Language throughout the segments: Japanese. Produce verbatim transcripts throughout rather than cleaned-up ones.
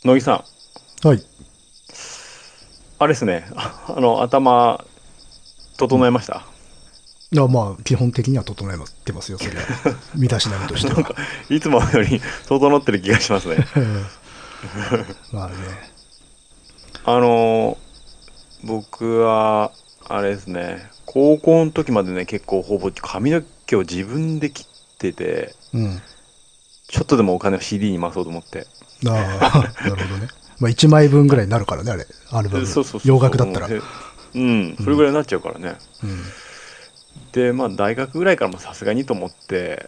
乃木さん、 はい。 あれですね、ああの、頭、 うん。 整えました？ いや、まあ、基本的には整えてますよ、そりゃ。身だしなみとしなんか、 ては。 いつもより整ってる気がしますね。 まあね。 あのー僕は、あれですね、高校の時までね、結構ほぼ髪の毛を自分で切ってて、 うん。 ちょっとでもお金を シーディー に回そうと思って。 ああ、なるほどね。まあ、いちまいぶんぐらいになるからね、あれ。アルバム。 えそうそうそう洋そう、 楽だったら。 もうへ、うん、 うん。 それぐらいになっちゃうからね。 うん。 で、まあ、大学ぐらいからもさすがにと思って、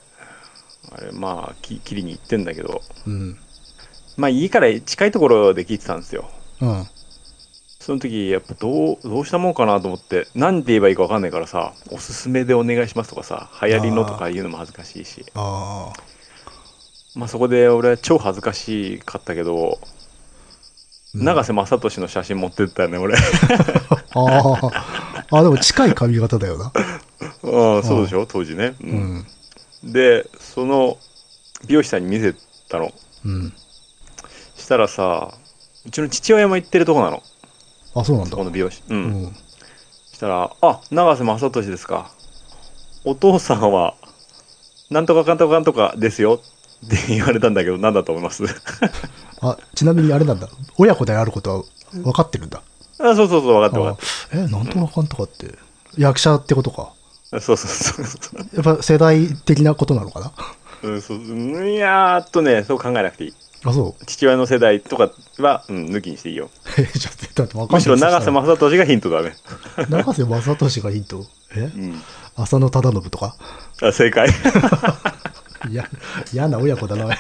あれ、まあ、き切りに行ってんだけど、 うん。 まあ、家から近いところで聞いてたんですよ。 うん。 その時、やっぱどう、どうしたもんかなと思って、なんて言えばいいかわかんないからさ、おすすめでお願いしますとかさ、流行りのとあか言うのも恥ずかしいし。 あ。ああ。 まあそこで俺は超恥ずかしかったけど、 うん。 永瀬正敏の写真持ってったよね、俺。 ああ。ああ、でも近い髪型だよな。 ああ、そうでしああ。 ょ当時ね。うん。 うん。 で、その美容師さんに見せたの。 うん。 したらさ、うちの父親も行ってるとこなの。 あ、そうなんそだ。 この美容師。うん。 うん。 したら、あ、永瀬正敏ですか。お父さんはなんとかかんとかかんとかですよって言われたんだけど、なんだと思います？ あ、ちなみにあれなんだ。親子であることは分かってるんだ。 あ、そうそうそう、分かって分ああ。 かってる。 え、なんとかかんとかって。役者ってことか。 うん。そうそうそうそう。 やっぱ世代的なことなのかな。 うん、そう、いやーっとね、そう考えなくていい。 あ、そう。 父親の世代とかは、うん、抜きにしていいよ。 え、ちょっと、だってわかんないよ。そしむしろ永たら、 瀬正敏がヒントだね。 永瀬正敏がヒント。え、 うん。 浅野忠信とか。 あ、正解。 いや、嫌な親子だな、おい。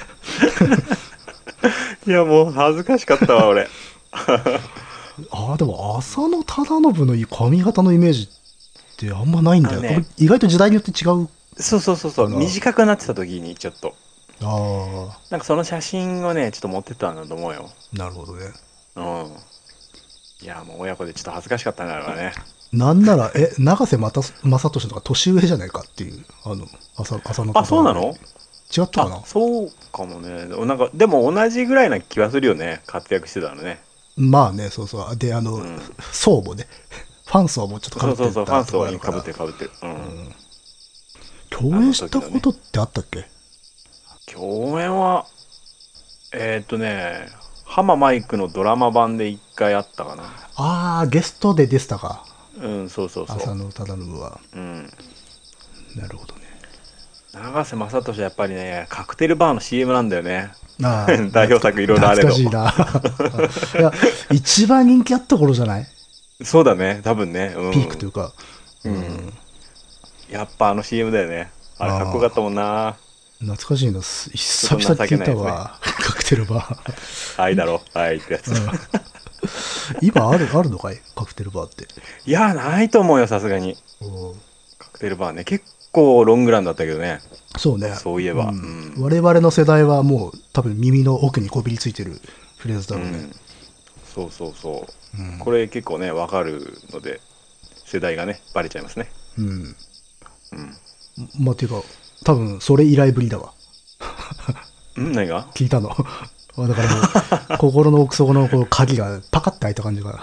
いや、もう恥ずかしかったわ、俺。 ああ、でも浅野忠信の髪型のイメージってあんまないんだよ。これあのね、 意外と時代によって違うそうそうそうそう、 かな。 短くなってた時にちょっと。 あなんかその写真をね、ちょっと持ってったんだと思うよ。 あ、なるほどね。 うん。いや、もう親子でちょっと恥ずかしかったんだからね。 なんなら、え、永瀬正正敏とか年上じゃないかっていう、あの、浅浅野あ、 忠信より。 そうなの？あ、 違ったかな。 そうかもね。なんか、でも同じぐらいな気はするよね。活躍してたのね。 まあね、そうそう。で、あの、 うん。 層もね、ファン層もちょっと被っそうそうそう、ファてたとこン層ろあるから、 にかぶってるかぶってる。うん。あの共演した時のね。 ことってあったっけ。 共演は、えーっとね、ハママイクのドラマ版で一回あったかな。 ああ、ゲストで出てたか。 うん、そうそうそ浅野忠信は。 う。うん。 なるほどね。 永瀬正敏はやっぱりね、カクテルバーの シーエム なんだよね。 ああ、懐か、 代表作いろいろあれど。 懐かしいな。いや、一番人気あった頃じゃない。 そうだね、多分ね。うピークといん。 うか。 うん。 うん。 やっぱあの シーエム だよね。あれかっこよかったああ、 もんな。 懐かしいな。すちょっと久々に聞い情けないやつね。 たわ。カクテルバー。 はいだろ、はいってやつ。 うん。今ある、あるのかいカクテルバーって。 いや、ないと思うよ、さすがに。 おカクテルバーね。結構ロングランだったけどね。 そうね。 そういえば。ううん。 ん。 我々の世代はもう多分耳の奥にこびりついてるフレーズだろうね。 うん。そうそうそう。 うん。 これ結構ね、わかるので、世代がね、バレちゃいますね。 うん。 うん。 まあ、ていうか、多分それ以来ぶりだわ。 ん何が？ 聞いたの。だからもう、心の奥底のこう鍵がパカッて開いた感じが。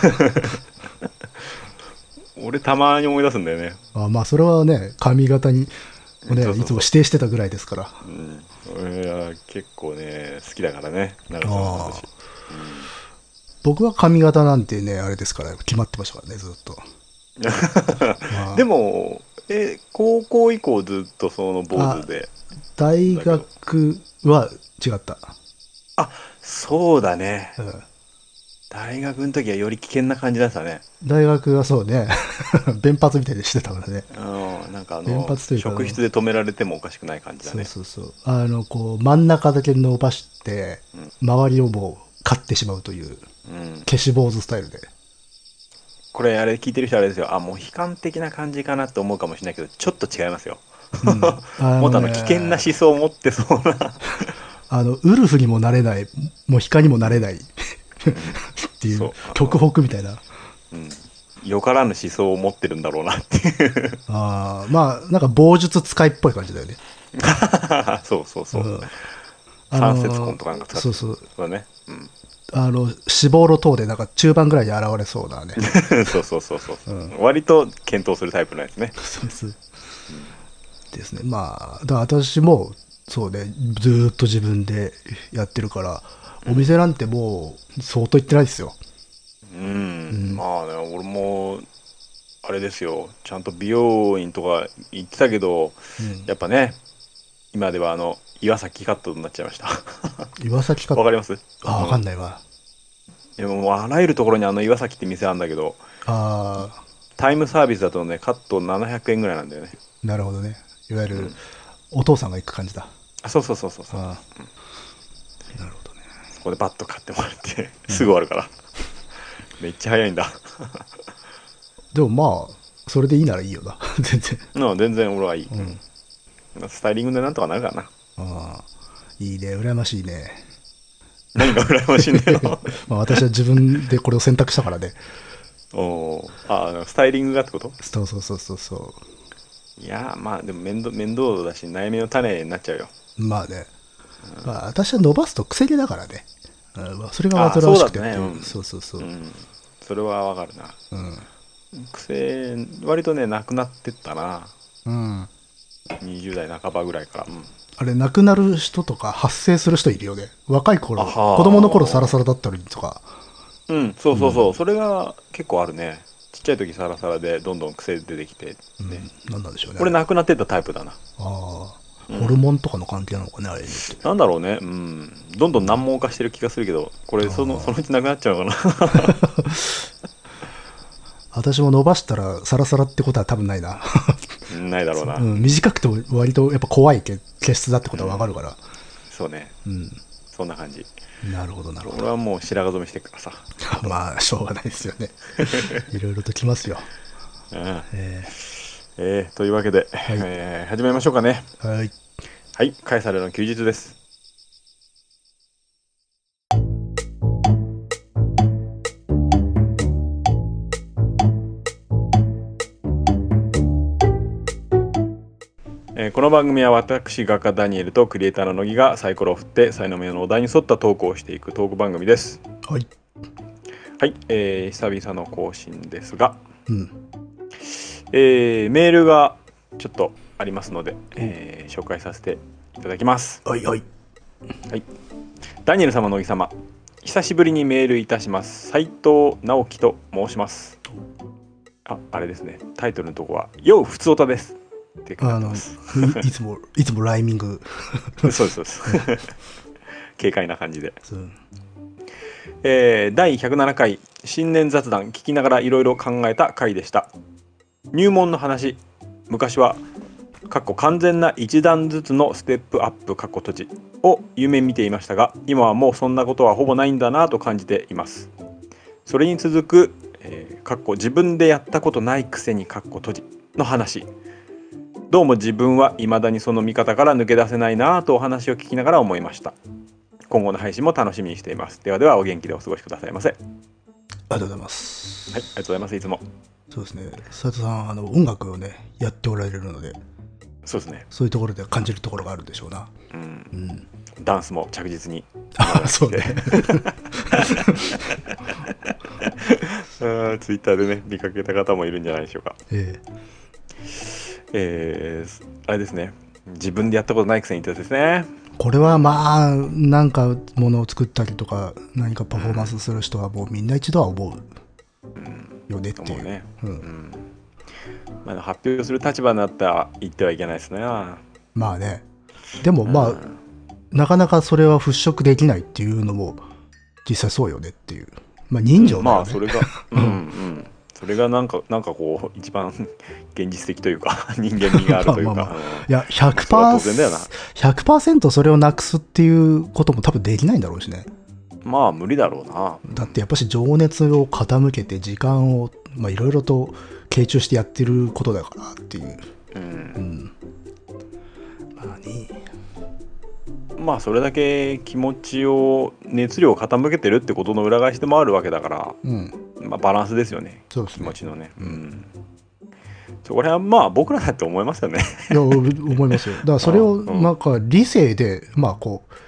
俺たまに思い出すんだよね。 あ、まあ、それはね、髪型に、ね、いつもそうそうそ指定してたぐらいですから。 う。うん。俺は結構ね、好きだからね。長瀬正ああ。 敏。うん。 僕は髪型なんてね、あれですから、決まってましたからね、ずっと。 でまも、え、高校以降ずっとその坊あ、あ、 主で、 大だけど。 学は違った。 あ、そうだね。 うん。 大学の時はより危険な感じだったね。 大学はそうね、弁髪みたいにしてたからね。 うん、なんかあ弁の、 髪というか、あの、 職質で止められてもおかしくない感じだそうね。 そうそう。あの、こう、真ん中だけ伸ばして、 うん。 周りをもう、刈ってしまうという、 うん。 消し坊主スタイルで。 これあれ聞いてる人あれですよ。あ、もう悲観的な感じかなって思うかもしれないけど、ちょっと違いますよ。 うん。あのもっとあの危険なね、 思想を持ってそうな。 あの、ウルフにもなれない、モヒカにもなれないっうん。 ていう、 そう、あ極の、 北みたいな。 うん。よからぬ思想を持ってるんだろうなっていう。 ああ、まあ、なんか、棒術使いっぽい感じだよね。 そうそうそう。 うん。 三節棍とかなんか使って、 そうそう。 そうだね。うん。 あの、死亡の塔でなんか中盤ぐらいに現れそうなね。 そうそうそうそう。 うん。 割と検討するタイプのやつね。 そうそう。ですね。まあ、だから私も、そうね、ずーっと自分でやってるから、お店なんてもう相当行ってないですよ。 うん。 うん。 まあね、俺も、あれですよ。ちゃんと美容院とか行ってたけど、 うん。 やっぱね、今ではあの、岩崎カットになっちゃいました。 岩崎か、 わかります？ あ、わかうん。 んないわ。 でももうあらゆるところにあの岩崎って店あるんだけど、 あタイムサービスだとね、カットななひゃくえんぐらいなんだよね。 ー、なるほどね。いわゆる、 うん。 お父さんが行く感じだ。 あ、そうそうそうそうそう。 ああ、なるほどね。 そこでバッと買ってもらってうん。 すぐ終わるから。めっちゃ早いんだ。 でもまあ、それでいいならいいよな。全然。 うん、全然俺はいい。 うん。 うん。スタイリングでなんとかなるからな。 ああ、いいね。羨ましいね。 何が羨ましいんだよ。 まあ私は自分でこれを選択したからね。 おー、あ、あのスタイリングがってこと？ そうそうそうそうそいやー、まあでも面倒、面倒だし悩みの種になっちゃうよ。 う。まあね。まあ私は伸ばすと癖毛だからね。うん、まあそれがああ、 煩わしそうだね。 くてっていう。 うん。 そうそうそう。 うん。それはわかるな。 うん。 癖、割とね、なくなってったな。 うん。 にじゅう代半ばぐらいから。うん。 あれ、亡くなる人とか発生する人いるよね。若いあ頃、子供の頃サラサはラだったのにとか。 ー。うん、そううん。 そうそう。それが結構あるね。ちっちゃい時サラサラでどんどん癖出てきて。 うん。 ね。 なんなんでしょうね、あ俺れ。 なくなってったタイプだな。 ああ。ホルうん。 モンとかの関係なのかね、あれによって。 なんだろうね。うん。どんどん難問化してる気がするけど、これその、そのあうちなくなっちゃうのかあ。私も伸ばしたらサラサラってことは多分ないな。 な。ないだろうな。 うん、短くても割とやっぱ怖い毛毛質だってことはわかるから。 そうね。 うん。 そんな感じ。 なるほど、なるほど。 俺はもう白髪染めしてるからさ。 まあ、しょうがないですよね。いろいろときますよ。 うん。 ええー、というわけで、 ー、はい。 えー始めましょうかね。 はい。 はい。カエサルの休日です。えーこの番組は私画家ダニエルとクリエイターの乃木がサイコロを振って才能名のお題に沿ったトークをしていくトーク番組です。 はい。 はい、えー久々の更新ですが、 うん。 えーメールがちょっとありますので、 お、 えー紹介させていただきます。 はい、はい。 はい、ダニエル様、乃木様、久しぶりにメールいたします。斉藤直樹と申します。あ、あれですね。タイトルのとこは「ようふつおたです」って書いあの、い、 てます。 いつも、いつもライミング。 そうですそうです。軽快な感じで。 そう。 えー、だいひゃくななかい新年雑談聞きながらいろいろ考えた回でした。入門の話、昔はかっこ完全な一段ずつのステップアップかっこ閉じを夢見ていましたが、今はもうそんなことはほぼないんだなと感じています。それに続く、えー、かっこ自分でやったことないくせにかっこ閉じの話、どうも自分は未だにその見方から抜け出せないなとお話を聞きながら思いました。今後の配信も楽しみにしています。ではではお元気でお過ごしくださいませ。はい、 ありがとうございます。 ありがとうございます。いつも。 そうですね。斉藤さん、あの、音楽をね、やっておられるので、 そうですね。 そういうところで感じるところがあるんでしょうな。 うん。 うん。 ダンスも着実にあ、そうね。 ツイッターでね見かけた方もいるんじゃないでしょうか。 ええー、あれですね。自分でやったことないくせにってやつですね。 え、これはまあ、なんかものを作ったりとか、何かパフォーマンスする人はもうみんな一度は思うよねっていう。 思うね。 ううんん。まあ、発表する立場になったら言ってはいけないですね。 まあね。でもまあ、 うん、 なかなかそれは払拭できないっていうのも実際そうよねっていう。まあ人情だよね。 まあそれが、うんうん、それがなんかなんかこう一番現実的というか人間味があるというか、 まあまあまあ、 うん、 いや100%、 それは当然だよな。 ひゃくパーセントそれをなくすっていうことも多分できないんだろうしね。 まあ無理だろうな。 だってやっぱし情熱を傾けて時間をまあいろいろと傾注してやってることだからっていう。 うん、 うん。まあね。 まあそれだけ気持ちを熱量を傾けてるってことの裏返しでもあるわけだから、 うん。 まあ、バランスですよね。 そうですね。 気持ちのね。 ううんん。そこら辺はまあ僕らだって思いますよね。 いや、思いますよ。だからそれをなんか理性で、まあこう、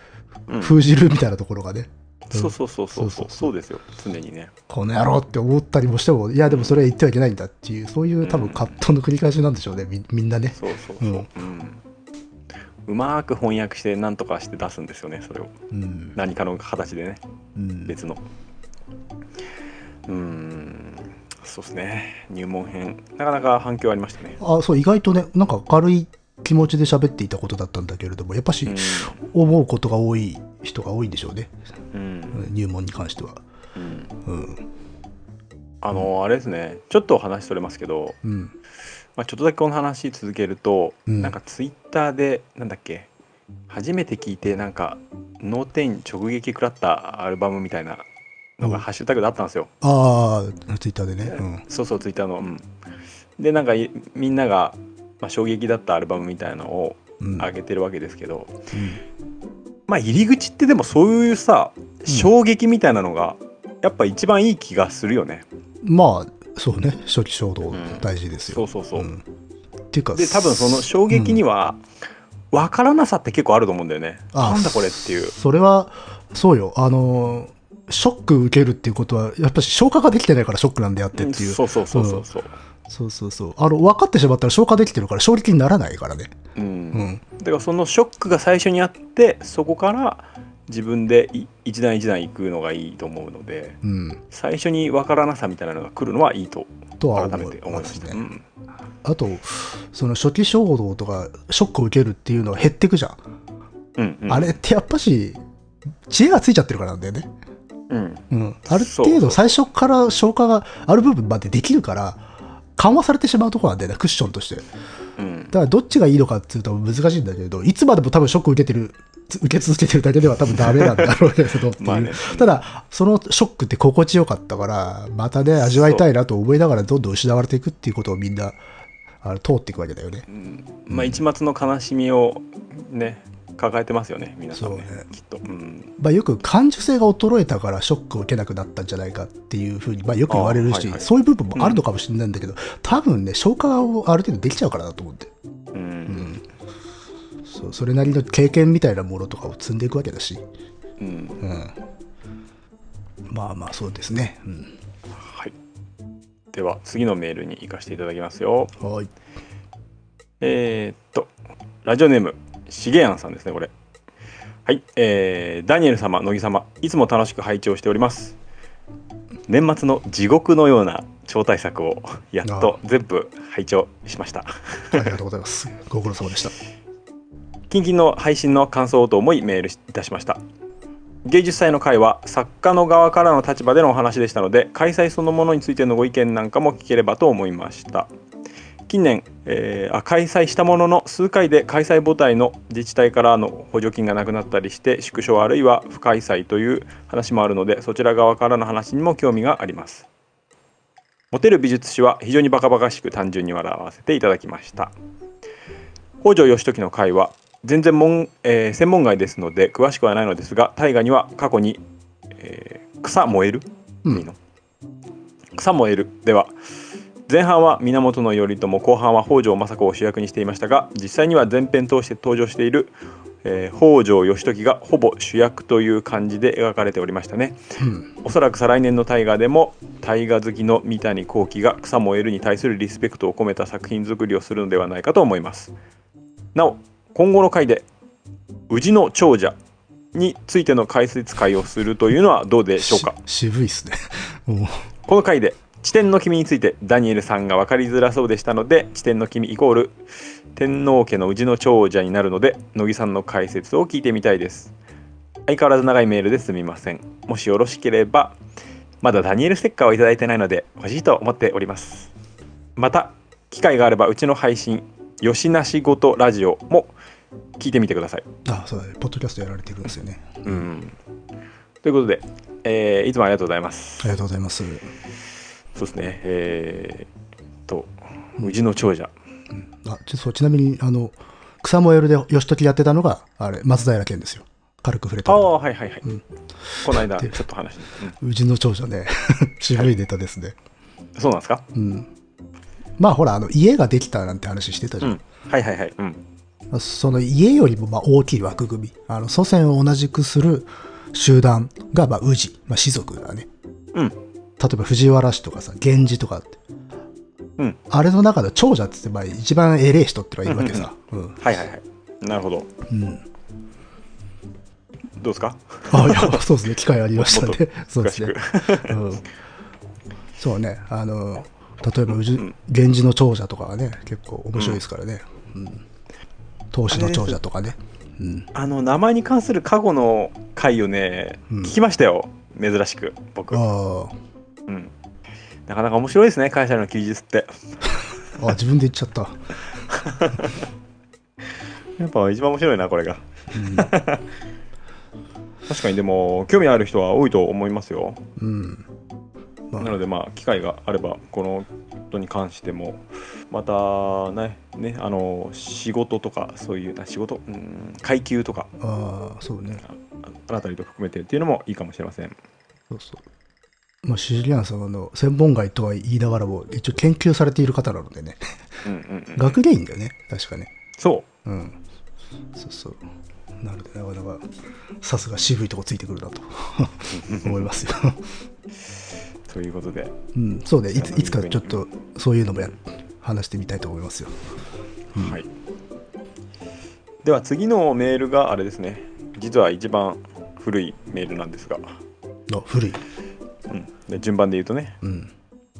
うん封じるみたいなところがね、 そうそうそうそうそうそうそうそうですよ、常にね。 この野郎って思ったりもしても、いやでもそれは言ってはいけないんだっていう、そういう多分葛藤の繰り返しなんでしょうね、みみんなね。 そうそうそう、 うんうんうまく翻訳して何とかして出すんですよね、それをうん何かの形でね、 うん別の。うーんそうですね、入門編なかなか反響ありましたね。 あそう意外とね、なんか軽い気持ちで喋っていたことだったんだけれども、やっぱしうん思うことが多い人が多いんでしょうね、 うん入門に関しては。 うんうんあのあれですね、ちょっと話それますけど、 うんまあ、ちょっとだけこの話続けると、 うんなんかツイッターでなんだっけ、初めて聞いてなんか脳天直撃食らったアルバムみたいなのうんがハッシュタグであったんですよ。 ああツイッターでね。うんそうそうツイッターの、うん、でなんかいみんなが、まあ、衝撃だったアルバムみたいなのをうん上げてるわけですけど、 うんまあ入り口ってでもそういうさ衝撃みたいなのがやっぱ一番いい気がするよね。 まあそうね、初期衝動うん大事ですよ。 そうそうそう、 んっていうかで多分その衝撃には分からなさって結構あると思うんだよね、 あなんだこれっていう。 それはそうよ、あのショック受けるっていうことはやっぱり消化ができてないからショックなんであってっていう、 そうそうそうそうそう、 そうそうそうあの分かってしまったら消化できてるから衝撃にならないからね。 うんうんだからそのショックが最初にあってそこから自分でい一段一段行くのがいいと思うので、 うん最初に分からなさみたいなのが来るのはいいととは思改めて思いいまね。 ますした。うんあとその初期衝動とかショックを受けるっていうのは減ってくじゃん、 うんうん、 あれってやっぱし知恵がついちゃってるからなんだよね。 うんうん、あるそう程度最初から消化がある部分までできるから緩和されてしまうところなんだよね、クッションとして。 うんだからどっちがいいのかっていうと難しいんだけど、いつまでも多分ショック受けてる受け続けてるだけでは多分ダメなんだろうけどっていうまあねただそのショックって心地よかったからまたね味わいたいなと思いながらどんどん失われていくっていうことをみんなあの通っていくわけだよね。 うんまあ一末の悲しみをね抱えてますよね皆さんね、 そうねきっと、うん、 まあ、よく感受性が衰えたからショックを受けなくなったんじゃないかっていうふうに、まあ、よく言われるし、 あはいはいそういう部分もあるのかもしれないんだけど、多分ね消化をある程度できちゃうからだと思って、 うんうんそうそれなりの経験みたいなものとかを積んでいくわけだし、 うんうん、まあまあそうですね、うん、 はい、では次のメールに行かせていただきますよ。 はいえー、っとラジオネームしげやんさんですねこれ。はい、えー、ダニエル様乃木様いつも楽しく拝聴しております。年末の地獄のような超大作をやっと全部拝聴しました。 ありがとうございますご苦労様でした。 近々の配信の感想と思いメールいたしました。芸術祭の会は作家の側からの立場でのお話でしたので開催そのものについてのご意見なんかも聞ければと思いました。近年、えーあ開催したものの数回で開催母体の自治体からの補助金がなくなったりして縮小あるいは不開催という話もあるのでそちら側からの話にも興味があります。モテる美術史は非常にバカバカしく単純に笑わせていただきました。北条義時の会は全然門、えー専門外ですので詳しくはないのですが大河には過去に、えー草燃える、 うんいいの草燃えるでは前半は源頼朝後半は北条政子を主役にしていましたが実際には前編通して登場している、えー北条義時がほぼ主役という感じで描かれておりましたね。 うんおそらく再来年の大河でも大河好きの三谷幸喜が草燃えるに対するリスペクトを込めた作品作りをするのではないかと思います。なお今後の回で宇治の長者についての解説会をするというのはどうでしょうか。 し渋いっすねもうこの回で地点の君についてダニエルさんが分かりづらそうでしたので地点の君イコール天皇家の宇治の長者になるので乃木さんの解説を聞いてみたいです。相変わらず長いメールですみません。もしよろしければまだダニエルステッカーをいただいてないので欲しいと思っております。また機会があればうちの配信よしなしごとラジオも聞いてみてください。 あそうだねポッドキャストやられてるんですよね。 うんということで、えーいつもありがとうございます。 ありがとうございます。 そうですねえー、っと宇治の長者、 あちそうちなみにあの草燃えるで義時やってたのがあれ松平健ですよ。軽く触れたあのあはいはいはい、 うんこの間ちょっと話して、 宇治の長者ね渋いネタですね。 うん、そうなんですか。 うん、まあほらあの家ができたなんて話してたじゃん。 うんはいはいはいうんその家よりもまあ大きい枠組み、あの祖先を同じくする集団がまあ氏、まあ、氏族だね。 うん。 例えば藤原氏とかさ、源氏とかって、 うん、 あれの中で長者って言ってまあ一番偉い人ってのがいるわけさ。 うんうんうん、はいはいはい。なるほど。 うん。 どうですか？ あ、いや、そうですね。機会ありましたね。そうですね。うん。そうね。あの、例えば、うん、源氏の長者とかはね、結構面白いですからね。うん。当主の長者とかね。うん、あの名前に関する過去の回をね、うん、聞きましたよ。珍しく僕。あ、うん。なかなか面白いですね、会社の休日って。 あ、自分で言っちゃった。 やっぱ一番面白いなこれが。うん、確かにでも興味ある人は多いと思いますよ。うん。まあ、なのでまあ機会があればこのことに関してもまたね、ね、あの仕事とかそういうな仕事、うん、階級とか、 ああそうね、 あなたりと含めてっていうのもいいかもしれません。 そうそう。まあシリアンさんの専門外とは言いながらも一応研究されている方なのでね。うんうん、うん、学芸員だよね確かね。 そう。 うん。そうそう。なのでなかなかさすが渋いとこついてくるなと思いますよ。 ということで、 うん、そうね、いついつかちょっとそういうのもや話してみたいと思いますよ。 うん、はい。では次のメールがあれですね。実は一番古いメールなんですが。 あ、古い。 うん。で順番で言うとね。うん。うん、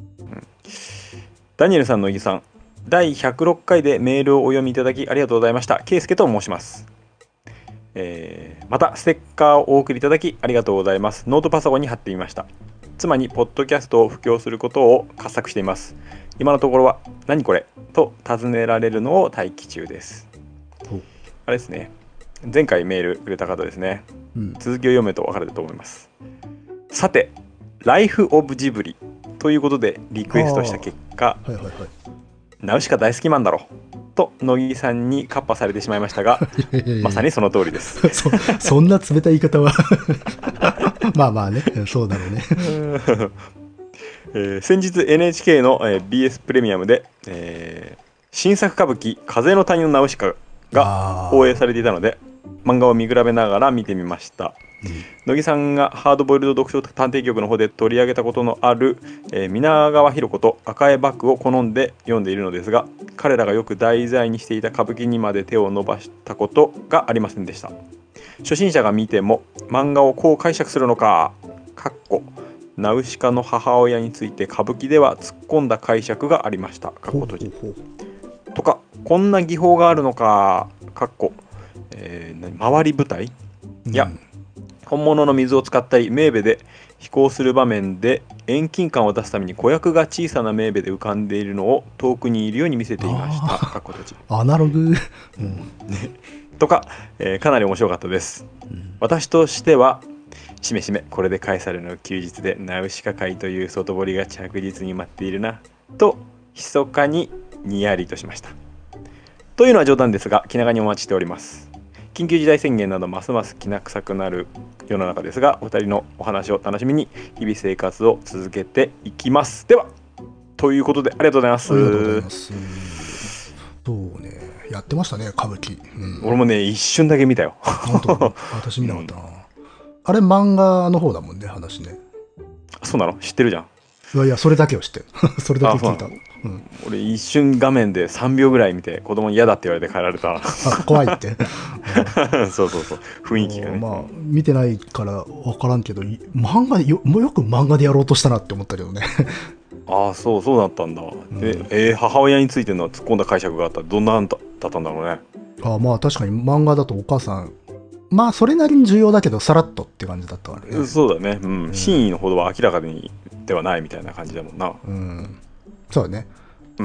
ダニエルさんのいぎさん、だいひゃくろっかいでメールをお読みいただきありがとうございました。ケイスケと申します。えー、またステッカーをお送りいただきありがとうございます。ノートパソコンに貼ってみました。妻にポッドキャストを布教することを画策しています。今のところは何これと尋ねられるのを待機中です。あれですね、前回メールくれた方ですね、うん、続きを読むと分かると思います。さて、ライフオブジブリということでリクエストした結果、はいはいはい、ナウシカ大好きマンだろと乃木さんにカッパされてしまいましたがいやいやいやまさにその通りですそ, そんな冷たい言い方はまあまあね、そうだろうねえー、先日 エヌエイチケー の、えー、ビーエス プレミアムで、えー、新作歌舞伎風の谷のナウシカが放映されていたので漫画を見比べながら見てみました。うん、乃木さんがハードボイルド読書探偵局の方で取り上げたことのある、えー、皆川博子と赤江幕を好んで読んでいるのですが、彼らがよく題材にしていた歌舞伎にまで手を伸ばしたことがありませんでした。初心者が見ても漫画をこう解釈するのか、かっこナウシカの母親について歌舞伎では突っ込んだ解釈がありました。かっこ閉じとか、こんな技法があるのか、かっこ、えー、回り舞台、うん、いや本物の水を使ったりメーベで飛行する場面で遠近感を出すために子役が小さなメーベで浮かんでいるのを遠くにいるように見せていました。かっこ閉じアナログ、うんね、 とか、えー、かなり面白かったです。うん、私としてはしめしめこれでカエサルの休日でナウシカ界という外堀が着実に待っているなと密かににやりとしました。というのは冗談ですが気長にお待ちしております。緊急事態宣言などますますきな臭くなる世の中ですが、お二人のお話を楽しみに日々生活を続けていきます。ではということでありがとうございます。 ありがとうございます。そうね、やってましたね歌舞伎、 うん、俺もね一瞬だけ見たよ。 本当私見なかったな、うん、あれ漫画の方だもんね話ね。 そうなの？知ってるじゃん。 いやいやそれだけを知ってるそれだけ聞いた。 うん、俺一瞬画面でさんびょうぐらい見て子供に嫌だって言われて帰られた。 あ怖いって、 うん、そうそうそう雰囲気がね。 まあ見てないから分からんけど漫画で よ, よく漫画でやろうとしたなって思ったけどね。 ああそうそうだったんだ、うん、で、えー、母親についての突っ込んだ解釈があったらどんなんだったんだろうね。 あまあ確かに漫画だとお母さんまあそれなりに重要だけどさらっとって感じだったからね。 そうだね、うん、真意のほどは明らかにではないみたいな感じだもんな。 うん、そうだね。うん。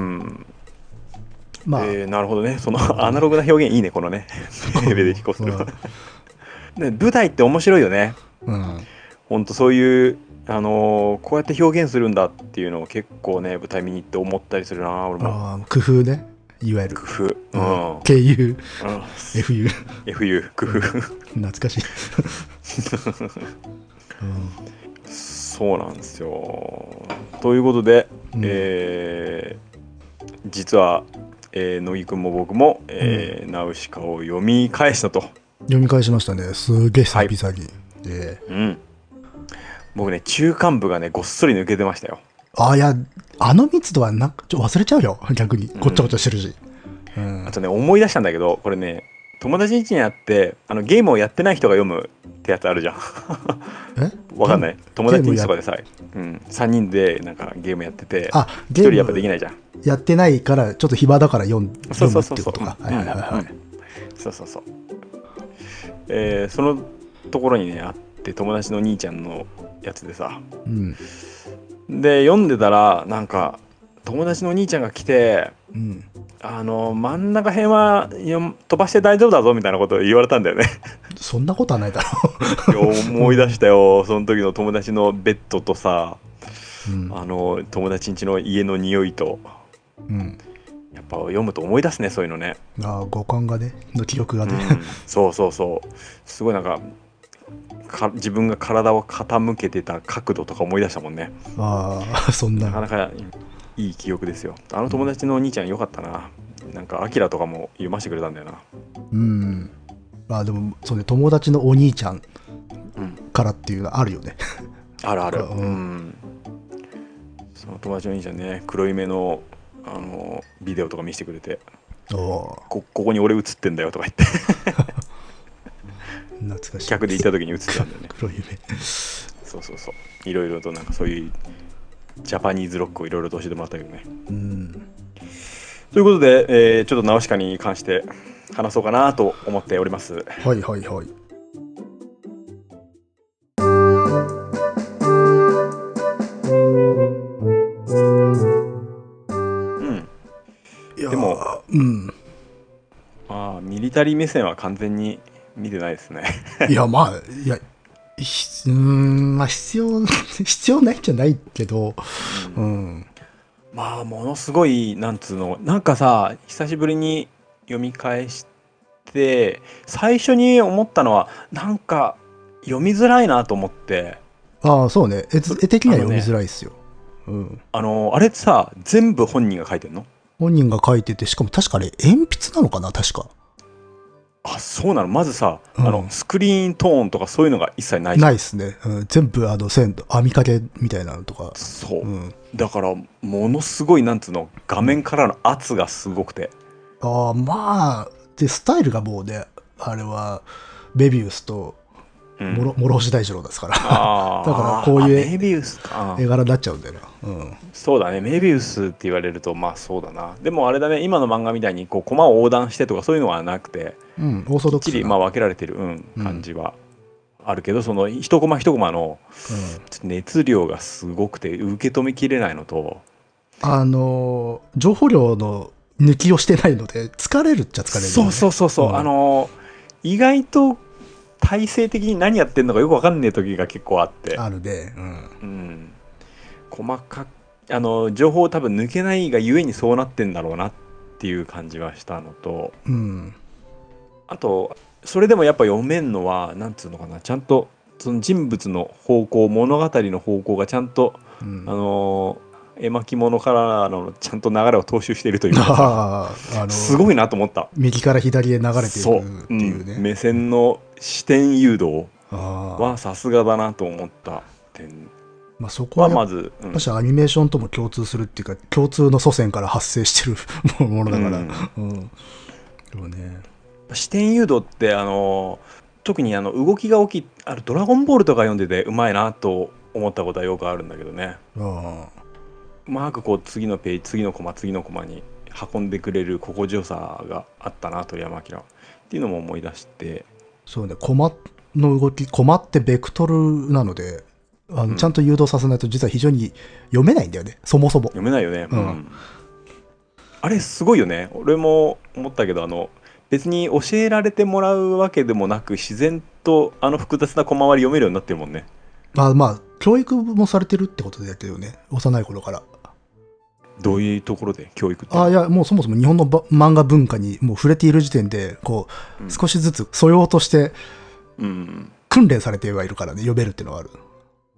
まあ、えー、なるほどね。そのアナログな表現いいねこのね。ベベで飛行する。ね、舞台って面白いよね。うん。本当そういうあのー、こうやって表現するんだっていうのを結構ね舞台見に行って思ったりするな俺も。 あ工夫ね。いわゆる工夫。うん。 ケーユー、うん、エフユー。 エフユー 工夫。 懐かしい。 うんそうなんですよ。ということで、うん、えー、実はえー、乃木くんも僕も、えーナウシカを読み返したと。 読み返しましたね。すげえ久々に、はいえー、うん僕ね中間部がねごっそり抜けてましたよ。 ああいやあの密度はなんかちょ忘れちゃうよ逆にごっちゃごちゃしてるし、 うんうん、あとね思い出したんだけどこれね友達ん家にあってあのゲームをやってない人が読むってやつあるじゃんえわかんない友達ん家とかでさ、うん、さんにんでなんかゲームやっててあひとりやっぱできないじゃん。 やってないからちょっと暇だから読んそうそうそうそう読むっていうことか。はいはいはいはい、うん、 そうそうそう、えー、そのところにねあって友達の兄ちゃんのやつでさ、 うん、 で読んでたらなんか友達の兄ちゃんが来て、 うん、 あの真ん中辺は飛ばして大丈夫だぞみたいなことを言われたんだよねそんなことはないだろう思い出したよその時の友達のベッドとさ、 うん、 あの友達ん家の家の匂いと、 うん、 やっぱ読むと思い出すねそういうのね。 あ五感がねの記憶がね、 うん、そうそうそうすごいなんかか自分が体を傾けてた角度とか思い出したもんね。 ああそんななかなかいい記憶ですよ。あの友達のお兄ちゃんよかったな。なんかアキラとかも読ませてくれたんだよな。 うんまあでもそうね友達のお兄ちゃんからっていうのはあるよね、 うん、あるある、 うん、 うん、その友達のお兄ちゃんね黒い目のあのビデオとか見せてくれてこ, ここに俺映ってんだよとか言って懐かしい客で行った時に映ってたんだよね黒い目そうそうそういろいろとなんかそういうジャパニーズロックをいろいろと教えてもらったけどね、 うん、 ということで、えー、ちょっとナウシカに関して話そうかなと思っております。 はいはいはい。 うんでも、 うん、 まあミリタリー目線は完全に見てないですねいやまあいやうーんまあ必要必要ないんじゃないけど、うん、うん、 まあものすごいなんつうのなんかさ久しぶりに読み返して最初に思ったのはなんか読みづらいなと思って。 ああそうね 絵, 絵的には読みづらいですよ。あの、ねうん、 あのあれってさ全部本人が書いてんの？ 本人が書いててしかも確かあれ鉛筆なのかな確か。 あそうなの。まずさ、うん、あのスクリーントーンとかそういうのが一切ないじゃん。 ないですね、うん、全部あの線編み掛けみたいなのとかそう、 うん、 だからものすごいなんつうの画面からの圧がすごくて、 ああまあでスタイルがもうねあれはメビウスと諸星大二郎ですからだからこういうメビウスか絵柄になっちゃうんだよな、うん、 そうだねメビウスって言われるとまあそうだな。でもあれだね今の漫画みたいにこうコマを横断してとかそういうのはなくて、 うん、オーソドックスなきっちりまあ分けられてる、うん、感じはあるけど、その一コマ一コマの熱量がすごくて受け止めきれないのと、 あの情報量の抜きをしてないので疲れるっちゃ疲れる、ね、 そうそうそうそう、うん、あの意外と体制的に何やってんのかよく分かんねえ時が結構あってあるで、うんうん、細かあの情報を多分抜けないがゆえにそうなってんだろうなっていう感じはしたのと、 うん、 あとそれでもやっぱ読めんのはなんつうのかなちゃんとその人物の方向物語の方向がちゃんと、うん、あの絵巻物からのちゃんと流れを踏襲しているというかあのすごいなと思った。 右から左へ流れていくっていうね、 うん、目線の視点誘導はさすがだなと思った点、 まあ、そこはまず、 うん、確かアニメーションとも共通するっていうか共通の祖先から発生してるものだから、うんうんそうね、 視点誘導ってあの特にあの動きが大きいあるドラゴンボールとか読んでてうまいなと思ったことはよくあるんだけどね。あうまくこう次のページ次のコマ次のコマに運んでくれる心地よさがあったな鳥山明っていうのも思い出して。 そうねコマの動きコマってベクトルなのであの、うん、ちゃんと誘導させないと実は非常に読めないんだよねそもそも読めないよね、うんうん、あれすごいよね。俺も思ったけどあの別に教えられてもらうわけでもなく自然とあの複雑なコマ割り読めるようになってるもんね。 あまあ教育もされてるってことでやってるよね幼い頃から。 どういうところで教育って？ あいやもうそもそも日本の漫画文化にもう触れている時点でこう、うん、少しずつ素養として訓練されてはいるからね読めるっていうのがある。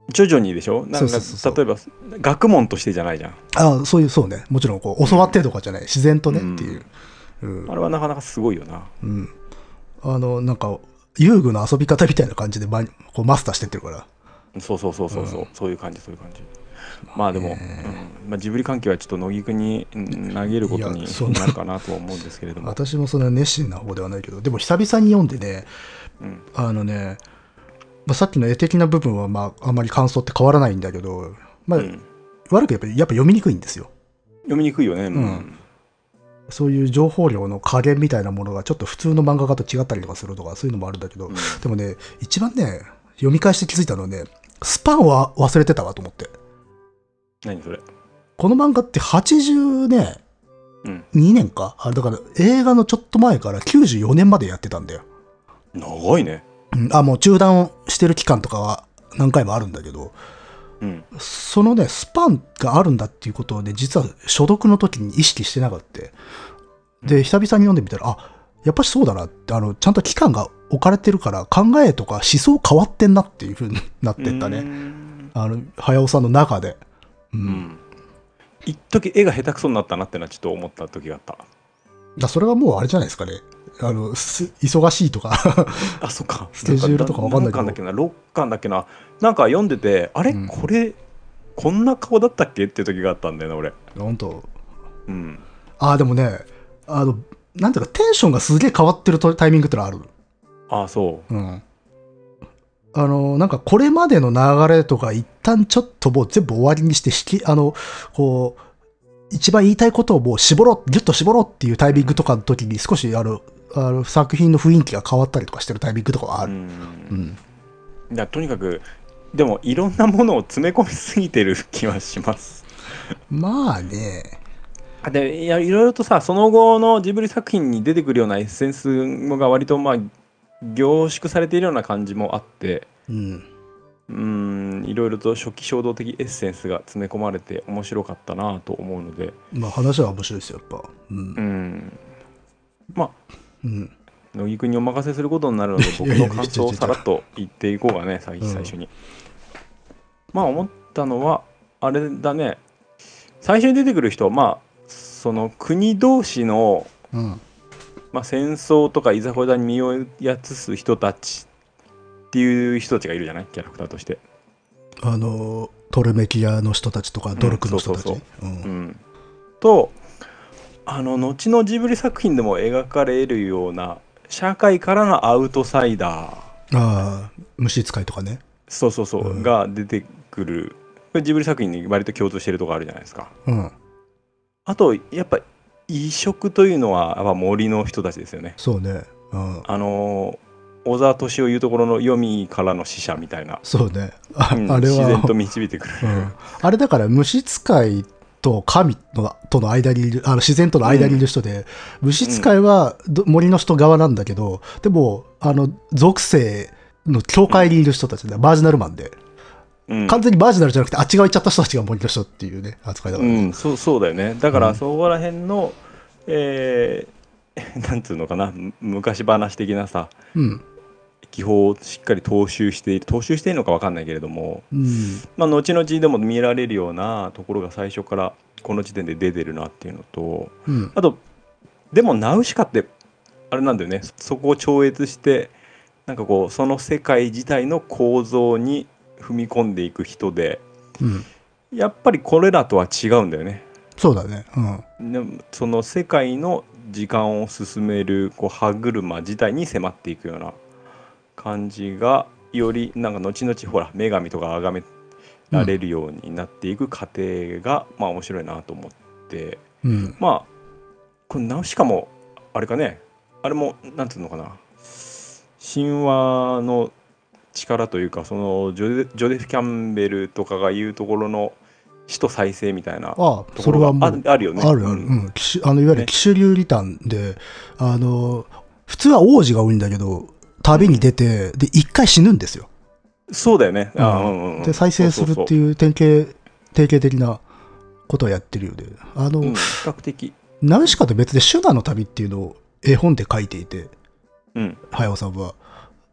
徐々にでしょ。なんかそうそうそうそう例えば学問としてじゃないじゃん。 あそういう、そうね。もちろんこう教わってとかじゃない、自然とねっていう。うん。 あれはなかなかすごいよな。 うん。あの、なんか、遊具の遊び方みたいな感じでマこうマスターしてってるから。 そうそうそうそうそう、 うんそういう感じそういう感じ。まあでも、うんまあ、ジブリ関係はちょっと乃木くんにうん投げることにいやそんななるかなとは思うんですけれども。 私もそんな熱心な方ではないけど、でも久々に読んでね、 うんあのね、まあ、さっきの絵的な部分はまああまり感想って変わらないんだけど、まあ、 うん悪くやっぱやっぱ読みにくいんですよ。 読みにくいよね。うんんそういう情報量の加減みたいなものがちょっと普通の漫画家と違ったりとかするとかそういうのもあるんだけど、 うんでもね、一番ね、読み返して気づいたのはね、スパンは忘れてたわと思って。 何それ。 この漫画ってはちじゅうね、 うんにねんかあれだから映画のちょっと前からきゅうじゅうよねんまでやってたんだよ。 長いね。 うん、あ、もう中断してる期間とかは何回もあるんだけど、 うんそのね、スパンがあるんだっていうことをね、実は所読の時に意識してなかった。で、久々に読んでみたら、あ、やっぱしそうだなって、あの、ちゃんと期間が置かれてるから考えとか思想変わってんなっていう風になってったうーね。 んあの、早尾さんの中で。う。 うんん一時絵が下手くそになったなってのはちょっと思った時があった。 だそれはもうあれじゃないですかね。あの、す忙しいとか。 あ、そっか。 スケジュールとかわかんないけど何巻だっけな、ろっかんだっけな。なんか読んでて、あれ、 うんこれ、こんな顔だったっけっていう時があったんだよな、俺。 本当。 うん。 あ、でもね、あの、なんていうか、テンションがすげえ変わってるとタイミングってのある。 あ、そうん。あの、なんかこれまでの流れとか一旦ちょっともう全部終わりにして引き、あの、こう、一番言いたいことをもう絞ろう、ギュッと絞ろうっていうタイミングとかの時に少しあの、あの作品の雰囲気が変わったりとかしてるタイミングとかはあう。うる。 ん。 うん。 いや、とにかく、でも、いろんなものを詰め込みすぎてる気はします。 まあね。 あで、いや、いろいろとさ、その後のジブリ作品に出てくるようなエッセンスが割と、まあ、凝縮されているような感じもあって、 うん。 うーん、いろいろと初期衝動的エッセンスが詰め込まれて面白かったなと思うので、 まあ話は面白いですよ、やっぱ。う。 うんん、まあ、 うん。 乃木くんにお任せすることになるので、僕いやいやの感想をさらっと言っていこうかね、最うん最初に。まあ、思ったのは、あれだね、最初に出てくる人は、まあ、その国同士の、 うん。 まあ、戦争とかいざこざに身をやつす人たちっていう人たちがいるじゃない、キャラクターとして。 あの、トルメキアの人たちとか、ドルクの人たち。 そうそううんうん、とあの後のジブリ作品でも描かれるような社会からのアウトサイダー、 ああ、虫使いとかね。 そうそうそう、 うんが出てくる。これジブリ作品に割と共通してるところあるじゃないですか。 うん。 あとやっぱ異色というのはやっぱ森の人たちですよね。 そうね。うん。 あの小沢敏夫いうところの黄泉からの使者みたいな、 そうね。あ、 うんあれは。 自然と導いてくる、 うん、あれだから虫使いと神のとの間にいる、あの自然との間にいる人で、うん、虫使いはど森の人側なんだけど、でもあの属性の境界にいる人たちで、うん、マージナルマンで、うん、完全にマージナルじゃなくてあっち側行っちゃった人たちが森の人っていうね扱いだからね、 うん、そうそうだよね。だからそこら辺の、うん、えー、なんつうのかな、昔話的なさ、 うん、 技法をしっかり踏襲している踏襲しているのか分かんないけれども、 うん、 まあ、後々でも見られるようなところが最初からこの時点で出てるなっていうのと、 うん、 あとでもナウシカってあれなんだよね、そこを超越してなんかこうその世界自体の構造に踏み込んでいく人で、 うん、 やっぱりこれらとは違うんだよね。 そうだね、うん、 でその世界の時間を進めるこう歯車自体に迫っていくような感じがよりなんか後々ほら女神とか崇められるようになっていく過程が、うん、まあ面白いなと思って、 うん、 まあこれナウシカもあれかね、あれもなんていうのかな、神話の力というかそのジョデ、ジョデフ・キャンベルとかが言うところの死と再生みたいなところが あ, あ, あるよね。 あるある、うん、あのいわゆる騎手流リターンで、ね、あの普通は王子が多いんだけど旅に出て、うん、で一回死ぬんですよ。 そうだよね。 うん、あうんうん、で再生するっていう典型典型的なことをやってるようで、あの、うん、比較的ナウシカと別でシュナの旅っていうのを絵本で書いていて、 うん、 早尾さんは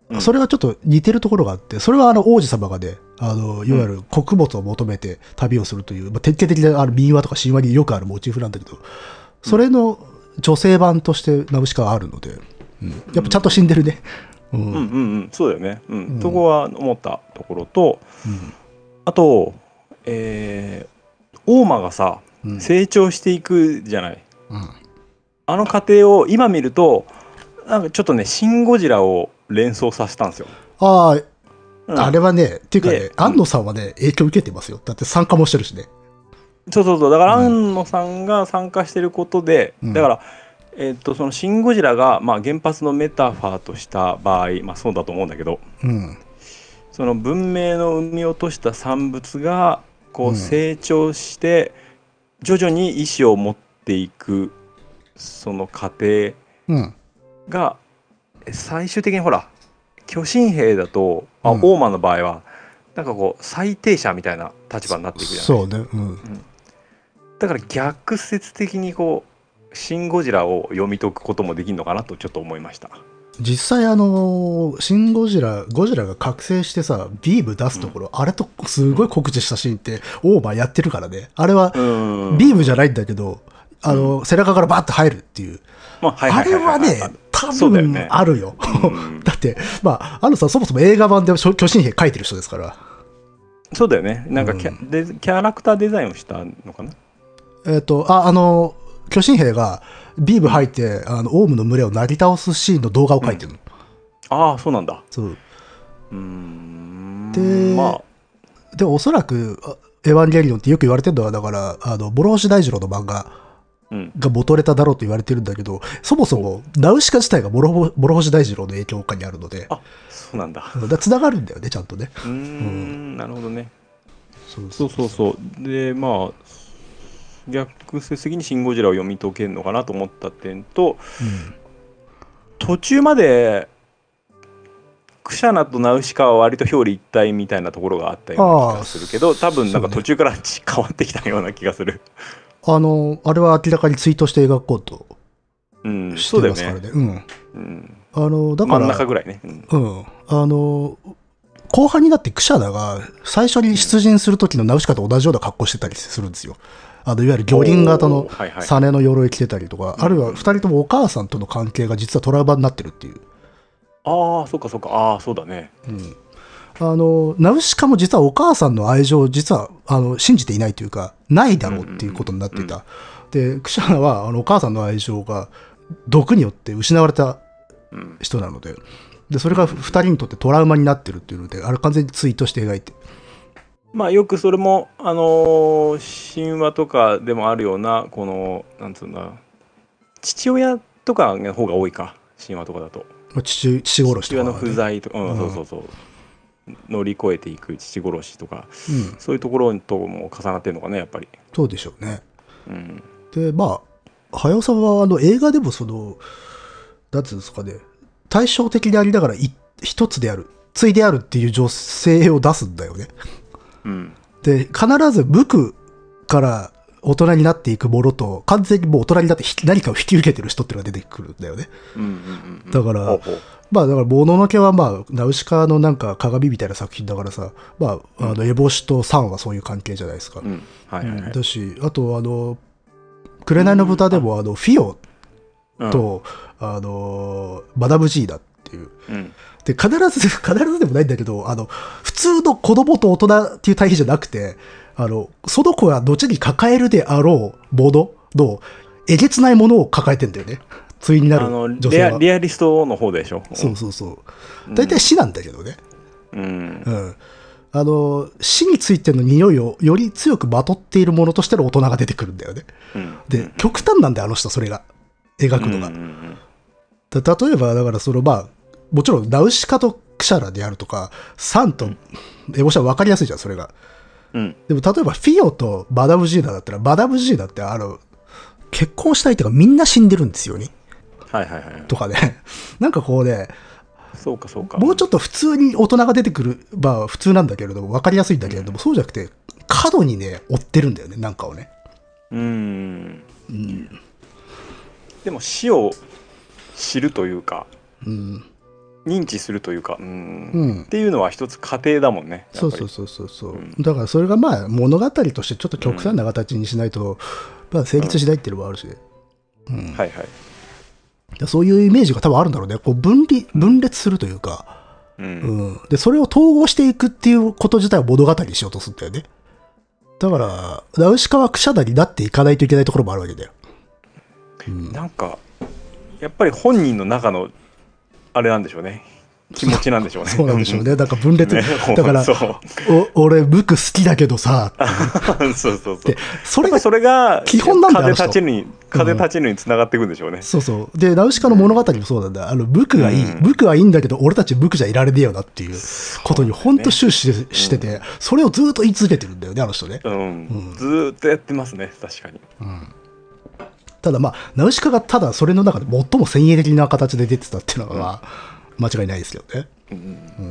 うんそれはちょっと似てるところがあって、それはあの王子様がね、あのいわゆる穀物を求めて旅をするという、まあ、典型的なあの民話とか神話によくあるモチーフなんだけど、それの女性版としてナウシカはあるので、うん、やっぱちゃんと死んでるね。うんうんうんうん、そうだよね、うんうんそこは思ったところと、 うんあと、えー、大間がさ、 うん成長していくじゃない。 うんあの過程を今見るとなんかちょっとねシン・ゴジラを連想させたんですよ。 ああ、 うんあれはね、っていうかねで、 安野さんはね、影響受けてますよ。だって参加もしてるしね。 そうそうそうだからうん庵野さんが参加してることで、 うんだからえっとそのシン・ゴジラが、まあ、原発のメタファーとした場合、まあ、そうだと思うんだけど、 うん。 その文明の生み落とした産物がこううん成長して徐々に意志を持っていくその過程うん。 が最終的にほら巨神兵だと、あうんオーマンの場合はなんかこう最低者みたいな立場になっていくじゃない。 そうね。うん。 だから逆説的にこうシン・ゴジラを読み解くこともできるのかなとちょっと思いました。 実際あのーシン・ゴジラ、ゴジラが覚醒してさ、ビーム出すところ、あれとすごい酷似したシーンって、オーバーやってるからね。あれは、 うーんビームじゃないんだけど、あの、背中からバッと入るっていう。 まあはいあれはいはいはいはね、多分そうだよねあるよ。 うんだって、まあ、あのさ、そもそも映画版で巨神兵描いてる人ですから。 そうだよね。なんかキャ,、 うんデキャラクターデザインをしたのかな。 えっ、と、あ、あの、巨神兵がビーム入って、あの、オウムの群れをなぎ倒すシーンの動画を描いてるの。 ああそうなんだ。 そう。 うーんでまあで、おそらく、あエヴァンゲリオンってよく言われてるのは、だから、あの、諸星大二郎の漫画うんが元ネタだろうと言われてるんだけど、そもそも、ナウシカ自体が諸星諸星大二郎の影響下にあるので、 あそうなんだ。 うんだから繋がるんだよね、ちゃんとね。 うーんなるほどね。 そうそうそうそうでまあ逆説的にシン・ゴジラを読み解けるのかなと思った点と、 うん途中までクシャナとナウシカは割と表裏一体みたいなところがあったような気がするけど、多分なんか途中から変わってきたような気がする。 あの、あれは明らかにツイートして描こうとうんしそうだよてますからね。 ね。 うん。 うん、 あの、だか真ん中ら、 ぐらいね。うんうん。あの、後半になってクシャナが最初に出陣する時のナウシカと同じような格好してたりするんですよ。あの、いわゆる魚鱗型のおーはいはいサネの鎧着てたりとか、あるいは二人ともお母さんとの関係が実はトラウマになってるっていう。 ああそっかそっかああそうだね。 うん。あの、ナウシカも実はお母さんの愛情を実は、あの、信じていないというか、ないだろうっていうことになっていた。で、クシャナは、あの、お母さんの愛情が毒によって失われたうん人なので、で、それが二人にとってトラウマになってるっていうので、あれ完全にツイートして描いて。 まあよくそれもあのー神話とかでもあるようなこのなんつうんだ父親とかの方が多いか神話とかだとまあ父、父殺しとか、ね。 父親の不在とか、うんうんそうそうそう乗り越えていく父殺しとかうん。 そういうところとも重なってるのかねやっぱり。 そうでしょうね。 うんで、まあ、早尾さんはあの映画でもその、なんつうんですかね、対照的でありながらい一つである、対であるっていう女性を出すんだよね。 うんで、必ず無垢から大人になっていくものと、完全にもう大人になってひ何かを引き受けてる人っていうのが出てくるんだよね。 うんうんうんだからほうほうまあだから、もののけはまあ、ナウシカのなんか鏡みたいな作品だからさ、まあ、あの、エボシとサンはそういう関係じゃないですか。 うんはいはいはいだし、あと、あの、紅の豚でも、あの、フィオうんと、あの、マダム・ジーダっていう。 うんで、必ず、必ずでもないんだけど、あの、普通の子供と大人っていう対比じゃなくて、あの、その子が後に抱えるであろうものの、えげつないものを抱えてんだよね。対になるあの女性は。 レアリアリストの方でしょ。 そうそうそう。大体死なんだけどね。 うんうん。あの、死についての匂いをより強くまとっているものとしての大人が出てくるんだよね。 うんで、極端なんだよ、あの人、それが。描くのが。 うんうんだ例えば、だからその、まあ、もちろん、ナウシカとクシャラであるとか、サンとエボシは分かりやすいじゃん、それが。 うんでも、例えば、フィオとマダム・ジーナだったら、マダム・ジーナって、あの、結婚した相手がみんな死んでるんですよね。 はいはいはいとかね。なんかこうね、 そうかそうかもうちょっと普通に大人が出てくる、まあ普通なんだけれども、分かりやすいんだけれども、そうじゃなくて、過度にね、追ってるんだよね、なんかをね。 うんうん。 でも死を知るというかうん。 認知するというか、うん、 うん、 っていうのは一つ過程だもんね。 そうそうそうそうそう、うん、だからそれがまあ物語としてちょっと極端な形にしないと、うん、まあ、成立しないっていうのもあるし、うんうん、 はいはい、 そういうイメージが多分あるんだろうね。こう分離分裂するというか、うんうん、でそれを統合していくっていうこと自体を物語にしようとするんだよね。だからナウシカはクシャダになっていかないといけないところもあるわけだよ、 うん、なんかやっぱり本人の中のあれなんでしょうね、気持ちなんでしょうね。 そうなんでしょうね。なんか分裂、ね、だからお俺ムク好きだけどさそうそうそう、 でそれがそれが基本なんだよ。 風立ちぬに風立ちぬにつながっていくんでしょうね、うん、 そうそうでナウシカの物語もそうなんだ。あのムクがいい、うん、ムクはいいんだけど俺たちムクじゃいられねえよなっていうことに本当終始してて、うん、それをずっと言い続けてるんだよね、あの人ね、うんうん、ずっとやってますね、確かに、うん、 ただまあナウシカがただそれの中で最も先鋭的な形で出てたっていうのは間違いないですけどね、うんうん、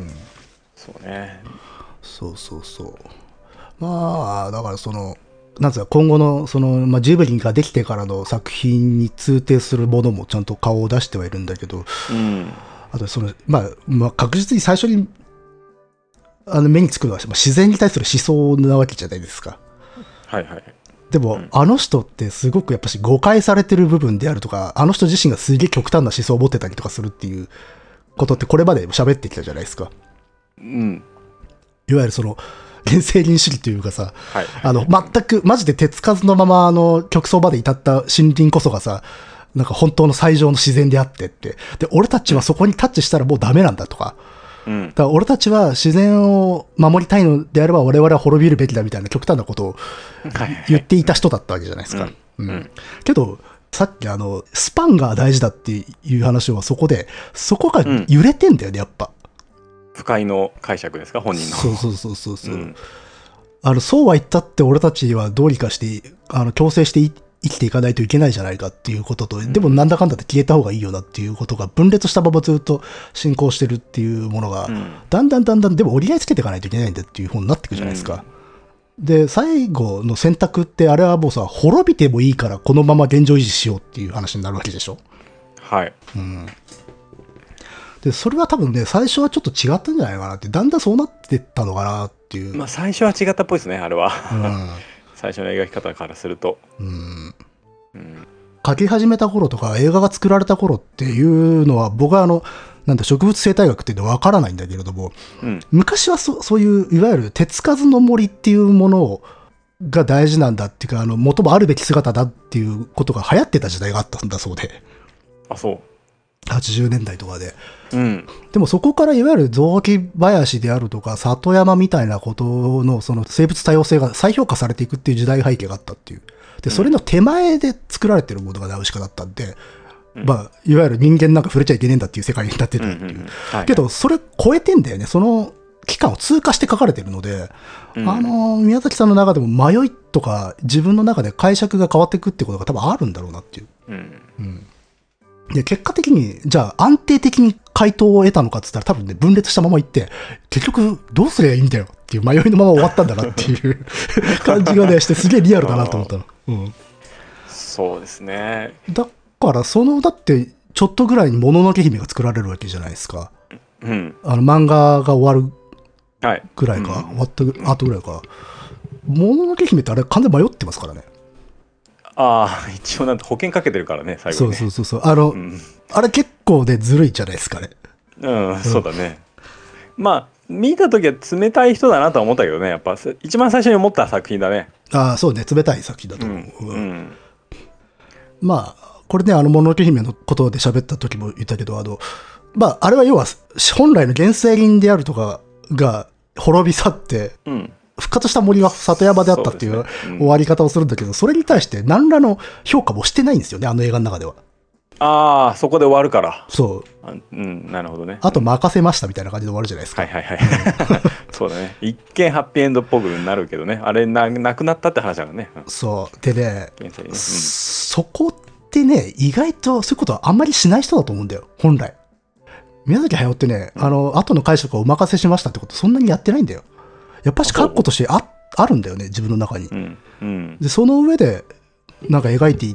そうね、 そうそうそう、まあだからそのなんつうか今後のその、まあ、ジブリができてからの作品に通底するものもちゃんと顔を出してはいるんだけど、うん、あとその、まあ、まあ確実に最初にあの目につくのは、まあ、自然に対する思想なわけじゃないですか。 はいはい。 でも、うん、あの人ってすごくやっぱし誤解されてる部分であるとか、あの人自身がすげえ極端な思想を持ってたりとかするっていうことってこれまで喋ってきたじゃないですか。うん。いわゆるその原生林主義というかさ、はい、あの全くマジで手つかずのままあの極層まで至った森林こそがさ、なんか本当の最上の自然であってって、で俺たちはそこにタッチしたらもうダメなんだとか。うん、だから俺たちは自然を守りたいのであれば我々は滅びるべきだみたいな極端なことを言っていた人だったわけじゃないですか。うんうん、けどさっきあのスパンが大事だっていう話はそこでそこが揺れてんだよね、やっぱ。 不快の解釈ですか、本人の。 そうそうそうそうそう、うん、あのそうは言ったって俺たちはどうにかしてあの強制してい生きていかないといけないじゃないかっていうことと、でもなんだかんだって消えた方がいいよなっていうことが分裂したままずっと進行してるっていうものが、うん、だんだんだんだんでも折り合いつけていかないといけないんだっていう方になっていくじゃないですか、うん、で最後の選択ってあれはもうさ、滅びてもいいからこのまま現状維持しようっていう話になるわけでしょ。 はい、 うん、でそれは多分ね最初はちょっと違ったんじゃないかなって、だんだんそうなってったのかなっていう。 まあ最初は違ったっぽいですね、あれは、うん最初の描き方からすると、うんうん、書き始めた頃とか映画が作られた頃っていうのは僕はあのなんだ植物生態学っていうのは分からないんだけれども、うん、昔は そ, そういういわゆる手つかずの森っていうものが大事なんだっていうか、あの元もあるべき姿だっていうことが流行ってた時代があったんだそうで。 あ、そう。 はちじゅうねんだいとかで、 うん、でもそこからいわゆる雑木林であるとか里山みたいなことのその生物多様性が再評価されていくっていう時代背景があったっていう。でそれの手前で作られてるものがナウシカだったんで、うん、まあいわゆる人間なんか触れちゃいけねえんだっていう世界になってたっていう、けどそれ超えてんだよね。その期間を通過して書かれてるので、うん、あの宮崎さんの中でも迷いとか自分の中で解釈が変わっていくってことが多分あるんだろうなっていう、うんうんで結果的にじゃあ安定的に回答を得たのかって言ったら多分ね分裂したままいって結局どうすりゃいいんだよっていう迷いのまま終わったんだなっていう感じがねしてすげえリアルだなと思ったの、うん、 そうですね。 だからそのだってちょっとぐらいにもののけ姫が作られるわけじゃないですか、うん、あの漫画が終わるぐらいか、はい、終わった後ぐらいか。もののけ姫ってあれ完全に迷ってますからね。 ああ、一応なんて保険かけてるからね、最後にね。 そうそうそうそう。あの、うん、あれ結構でずるいじゃないですかね。 うん、うん、そうだね。まあ、見たときは冷たい人だなとは思ったけどね、やっぱ一番最初に思った作品だね。 ああ、そうね、冷たい作品だと思う。うんうん、まあ、これね、あの、もののけ姫のことで喋った時も言ったけど、あの、まあ、あれは要は、本来の原生林であるとかが滅び去って、うん復活した森は里山であったっていう終わり方をするんだけど、それに対して何らの評価もしてないんですよね、あの映画の中では。 ああ、そこで終わるから。 そう。 うん、なるほどね。 あと任せましたみたいな感じで終わるじゃないですか。 はいはいはい。そうだね。一見ハッピーエンドっぽくなるけどね、あれな、なくなったって話だからね。うん、 そう。でね、 うん、 そこってね、意外とそういうことはあんまりしない人だと思うんだよ、本来。宮崎駿ってね、うん、あの、後の解釈をお任せしましたってことそんなにやってないんだよ。やっぱし確固として あ, あるんだよね自分の中に、うんうん、でその上でなんか描いていた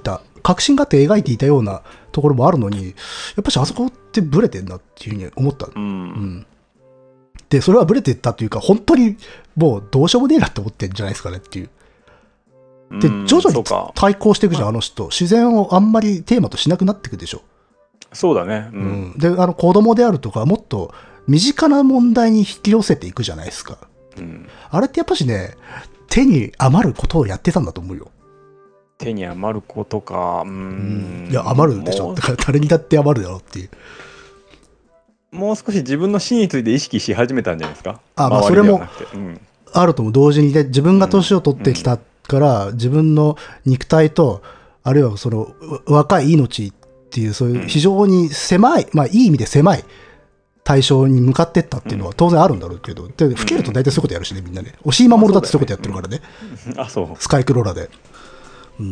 確信があって描いていたようなところもあるのに、やっぱしあそこってブレてんなっていうふうに思った。 うん。うん、 で、それはブレてったっていうか、本当にもうどうしようもねえなって思ってんじゃないですかねっていう。で、徐々に対抗していくじゃん、あの人。自然をあんまりテーマとしなくなっていくでしょ。 そうだね。うん。 うん、で、あの子供であるとか、もっと身近な問題に引き寄せていくじゃないですか。うん、あれってやっぱしね、手に余ることをやってたんだと思うよ。 手に余ることか。うーん。 いや、余るでしょ。だから誰にだって余るだろうっていう。 もう少し自分の死について意識し始めたんじゃないですか。 あ、まあそれもあるとも同時にで、自分が年を取ってきたから、自分の肉体と、あるいはその若い命っていう、そういう非常に狭い、まあいい意味で狭い対象に向かってったっていうのは当然あるんだろうけど、で、老けると大体そういうことやるしね、みんなね。押井守だってそういうことやってるからね。 あ、そう。 スカイクローラーで。うん。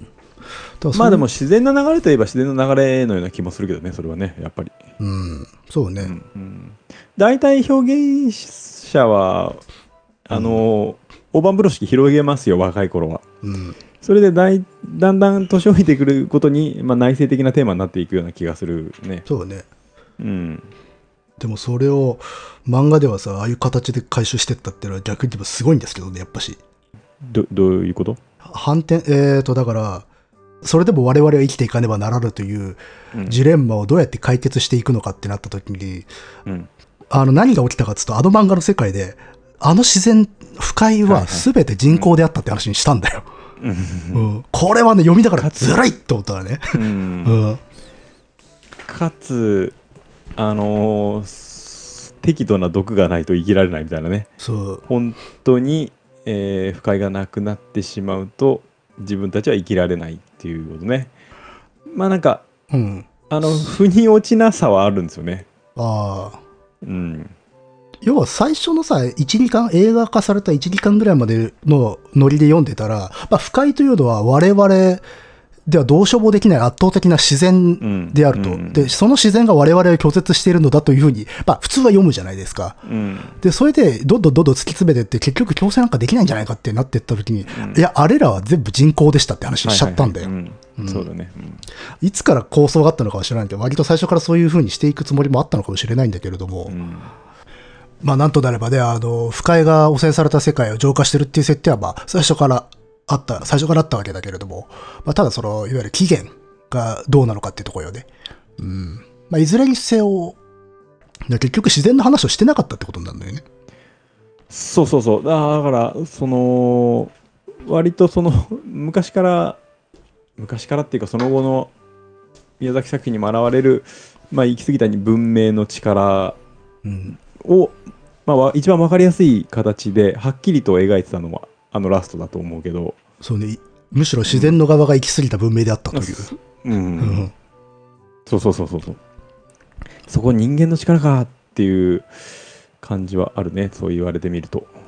まあでも自然な流れといえば自然な流れのような気もするけどね、それはね、やっぱり。 うん、そうね。うんうん、 大体表現者は、あの、うん、大盤風呂敷広げますよ、若い頃は。うん、それでだいだんだん年老いてくることに、まあ、内省的なテーマになっていくような気がするね。 そうね。 うん。 でもそれを漫画ではさ、ああいう形で回収してったっていうのは逆にでもすごいんですけどね、やっぱし。 ど、どういうこと？ 反転、えーと、だから、それでも我々は生きていかねばならぬというジレンマをどうやって解決していくのかってなった時に、うん、あの何が起きたかっつうと、あの漫画の世界であの自然不快は全て人工であったって話にしたんだよ、うんうん、これはね読みながらずるいって思ったらね、うんうん、 かつあのー、適度な毒がないと生きられないみたいなね。そう本当に、えー、不快がなくなってしまうと自分たちは生きられないっていうことね。まあなんか、うん、あの腑に落ちなさはあるんですよね。ああ、 うん。要は最初のさ、いち、にかん、映画化されたいち、にかんぐらいまでのノリで読んでたら、まあ、不快というのは我々ではどうしようもできない圧倒的な自然であると。うんうんうん、で、その自然が我々を拒絶しているのだというふうに、まあ普通は読むじゃないですか。うん、で、それでどんどんどんどん突き詰めていって結局強制なんかできないんじゃないかってなっていった時に、うん、いや、あれらは全部人工でしたって話にしちゃったんだよ。そうだね、うん。いつから構想があったのかは知らないけど、割と最初からそういうふうにしていくつもりもあったのかもしれないんだけれども、うん、まあなんとなればね、あの、不快が汚染された世界を浄化してるっていう設定は、まあ最初からあった、最初からあったわけだけれども、まあ、ただその、いわゆる起源がどうなのかっていうところよね。うん。まあ、いずれにせよ、結局自然の話をしてなかったってことになるんだよね。 そうそうそう。だから、その、割とその、昔から、昔からっていうか、その後の宮崎作品にも現れる、まあ、行き過ぎた文明の力を、うん、まあ、一番わかりやすい形で、はっきりと描いてたのは、あのラストだと思うけど、 そうね、むしろ自然の側が行き過ぎた文明であったという、うんうん、 そうそうそうそうそう、そこ人間の力かっていう感じはあるね、そう言われてみると、 うん、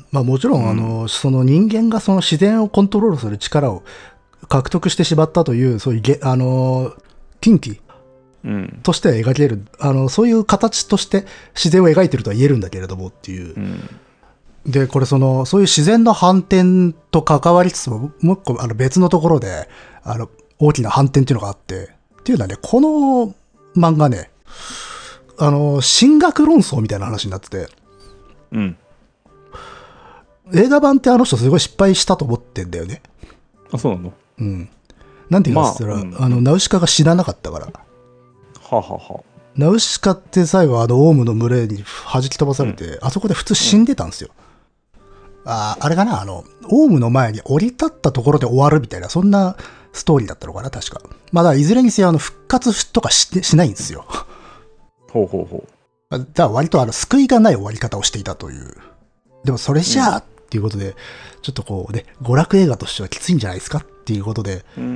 まあもちろん、うん、あのその人間がその自然をコントロールする力を獲得してしまったというそういうげあの禁忌としては描ける、あのそういう形として自然を描いてるとは言えるんだけれどもっていう。うん、で、これその、そういう自然の反転と関わりつつも、もう一個あの別のところで、あの、大きな反転っていうのがあって、っていうのはね、この漫画ね、あの、神学論争みたいな話になってて、うん。映画版ってあの人すごい失敗したと思ってんだよね。 あ、そうなの？ うん。なんて言うかって言ったら、まあ、うん、あの、ナウシカが死ななかったから。はあ、ははあ、 ナウシカって最後あの、オウムの群れに弾き飛ばされて、うん、あそこで普通死んでたんですよ。うん、ああれかな、あの、オウムの前に降り立ったところで終わるみたいな、そんなストーリーだったのかな、確か。まあ、だからいずれにせよ、あの、復活とかし、しないんですよ。 ほうほうほう。だから割とあの、救いがない終わり方をしていたという。でもそれじゃあ、うん、っていうことで、ちょっとこうね、娯楽映画としてはきついんじゃないですかっていうことで、うん、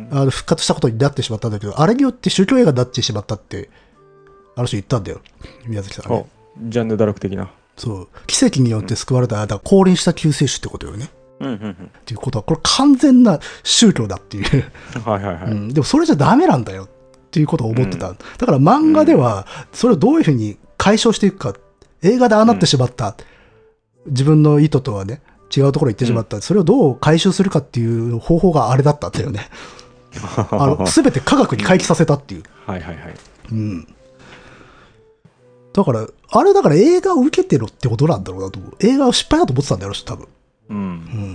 あの復活したことになってしまったんだけど、あれによって宗教映画になってしまったって、あの人言ったんだよ、宮崎さん、ね。 ジャンヌ・ダルク的な。 そう。奇跡によって救われた、だから降臨した救世主ってことよね。うんうんうん。っていうことは、これ完全な宗教だっていう。はいはいはい、うん。でもそれじゃダメなんだよっていうことを思ってた。うん、だから漫画では、それをどういうふうに解消していくか、映画でああなってしまった。うん、自分の意図とはね、違うところに行ってしまった。うん、それをどう回収するかっていう方法があれだったんだよね。 あの全て科学に回帰させたっていう、 はいはいはい。 うん、だからあれだから映画を受けてるってことなんだろうなと思う。映画を失敗だと思ってたんだろうし多分、 うん、うん、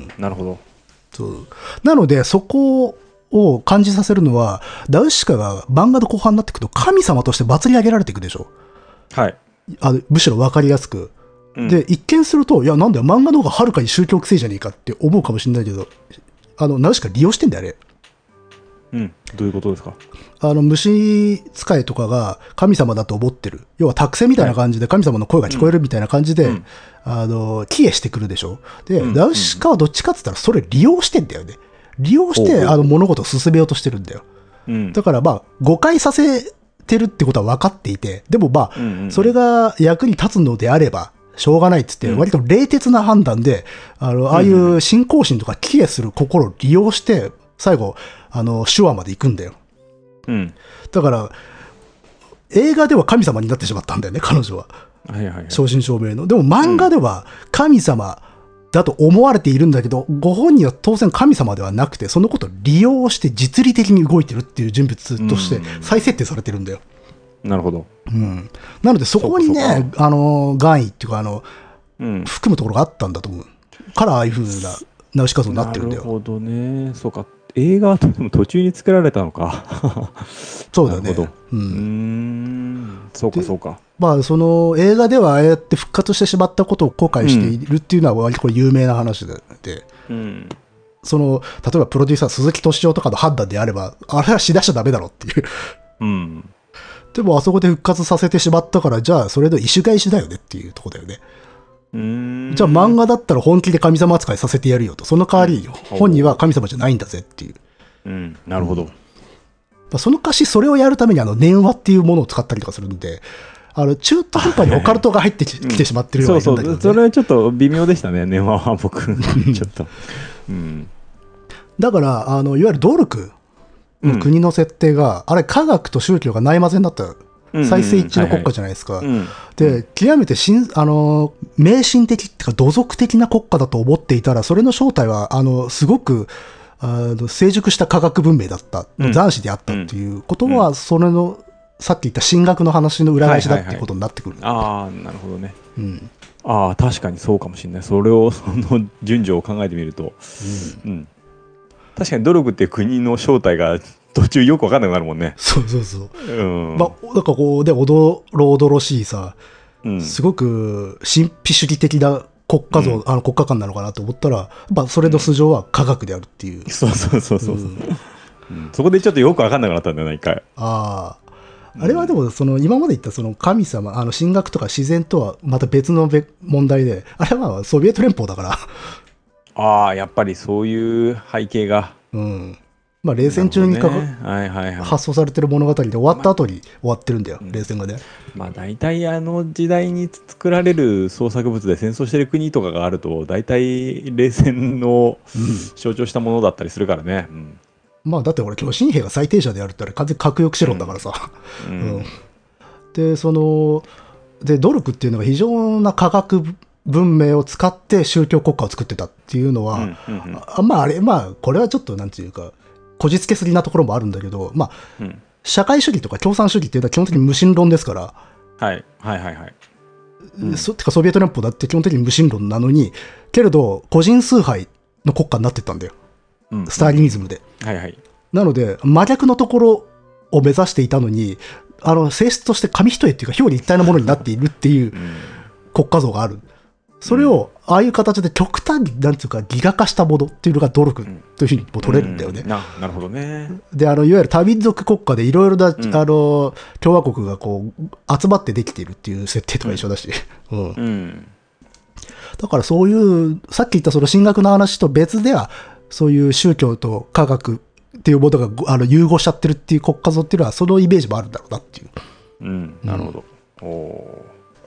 なるほど。 そうなのでそこを感じさせるのは、ダウシカが漫画の後半になっていくと神様として祭り上げられていくでしょ。 はい。 あのむしろ分かりやすく、 うん、 で一見するといやなんだよ漫画の方がはるかに宗教性じゃねえかって思うかもしれないけど、あのナウシカ利用してんだよね。 うん、どういうことですか。 あの虫使いとかが神様だと思ってる、要は託せみたいな感じで神様の声が聞こえるみたいな感じで、 うん、 あの帰依してくるでしょ。で、 うん、 ダウシカはどっちかって言ったらそれ利用してんだよね。利用しほうほうてあの物事を進めようとしてるんだよ。 うん、 だからまあ誤解させてるってことは分かっていて、でもまあ、 うんうんうん、 それが役に立つのであればしょうがないっつって、割と冷徹な判断で、あの、ああいう信仰心とか帰依する心を利用して、最後、あの、手話まで行くんだよ。 うん。 だから、映画では神様になってしまったんだよね、彼女は。 はいはいはい。 正真正銘の。でも漫画では神様だと思われているんだけど、うん、ご本人は当然神様ではなくて、そのことを利用して実利的に動いてるっていう人物として再設定されてるんだよ。 なるほど。 うん、なのでそこにね、あの願意っていうかあの、うん、含むところがあったんだと思うからああいう風なナウシカ像になってるんだよ。 なるほどね。そうか、映画はでも途中に作られたのか。 そうだね。 なるほど。 うん、 うーん、そうかそうか。 まあその映画ではああやって復活してしまったことを後悔しているっていうのは割とこれ有名な話で、うん、その例えばプロデューサー鈴木敏夫とかの判断であればあれはしだしちゃダメだろっていう。うん。でもあそこで復活させてしまったから、じゃあそれの意趣返しだよねっていうところだよね。うーん、じゃあ漫画だったら本気で神様扱いさせてやるよと。その代わり本人は神様じゃないんだぜっていう。 うん、なるほど。 うん、その歌詞それをやるためにあの念話っていうものを使ったりとかするんで、あの中途半端にオカルトが入ってきてしまってるような、 そうそう、それはちょっと微妙でしたね、念話は僕ちょっと。うん、だからあのいわゆるドルクの国の設定が、うん、あれ科学と宗教がないまぜになった再生一致の国家じゃないですか。で極めて神あの迷信的っていうか土俗的な国家だと思っていたら、それの正体はあのすごくあの成熟した科学文明だった、うん、斬新であったっていうことは、うん、それのさっき言った神学の話の裏返しだっていうことになってくる。 はいはいはい、ああなるほどね。うん、ああ確かにそうかもしれない。それをその順序を考えてみると、うんうん、確かにドルクっていう国の正体が途中よく分かんなくなるもんね。 そうそうそう。うん、まあなんかこうでおどろおどろしいさ、うん、すごく神秘主義的な国家像、うん、あの国家観なのかなと思ったら、やっぱそれの素性は科学であるっていう。うん、 そうそうそうそう。うん、そこでちょっとよく分かんなくなったんだよな一回。 ああ。あれはでもその今まで言ったその神様、あの神学とか自然とはまた別の問題で、あれはソビエト連邦だから。 ああやっぱりそういう背景が。うん。 まあ冷戦中にかか、ねはいはいはい、発想されてる物語で終わった後に終わってるんだよ、まあ、冷戦がね。 まあ大体あの時代に作られる創作物で戦争してる国とかがあると大体冷戦の象徴したものだったりするからね。うんうんまあだって俺巨神兵が最低者であるってあれ完全に核抑止論だからさ、うんうん、でそのでドルクっていうのが非常な科学文明を使って宗教国家を作ってたっていうのは、うんうんうん、あまああれまあこれはちょっとなんていうかこじつけすぎなところもあるんだけど、まあ、うん、社会主義とか共産主義っていうのは基本的に無神論ですから、 はい、はいはいはい、 うん、そてかソビエト連邦だって基本的に無神論なのにけれど個人崇拝の国家になってったんだよ。スターリニズムで、うんはいはい、なので真逆のところを目指していたのにあの性質として紙一重っていうか表裏一体のものになっているっていう国家像がある。それをああいう形で極端になんていうかギガ化したものっていうのがドルクというふうにも取れるんだよね。 うんうん、な, なるほどね。 であのいわゆる多民族国家でいろいろな、うん、あの共和国がこう集まってできているっていう設定とか一緒だし、うんうんうん、だからそういうさっき言ったその神学の話と別ではそういう宗教と科学っていうものがあの融合しちゃってるっていう国家像っていうのはそのイメージもあるんだろうなっていう。 うん、なるほど。うん、お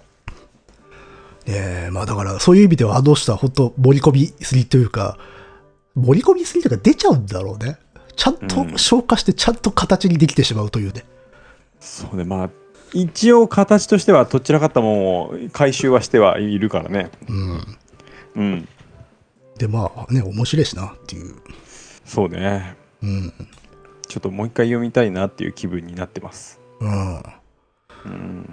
えー、まあだからそういう意味ではあの人は本当盛り込みすぎというか盛り込みすぎというか出ちゃうんだろうね。ちゃんと消化してちゃんと形にできてしまうというね。 うん、そうねまあ一応形としてはどちらかったものを回収はしてはいるからね。うん。 うん。でまあね面白いしなっていう。 そうね。うん。 ちょっともう一回読みたいなっていう気分になってます。 うん、 うん、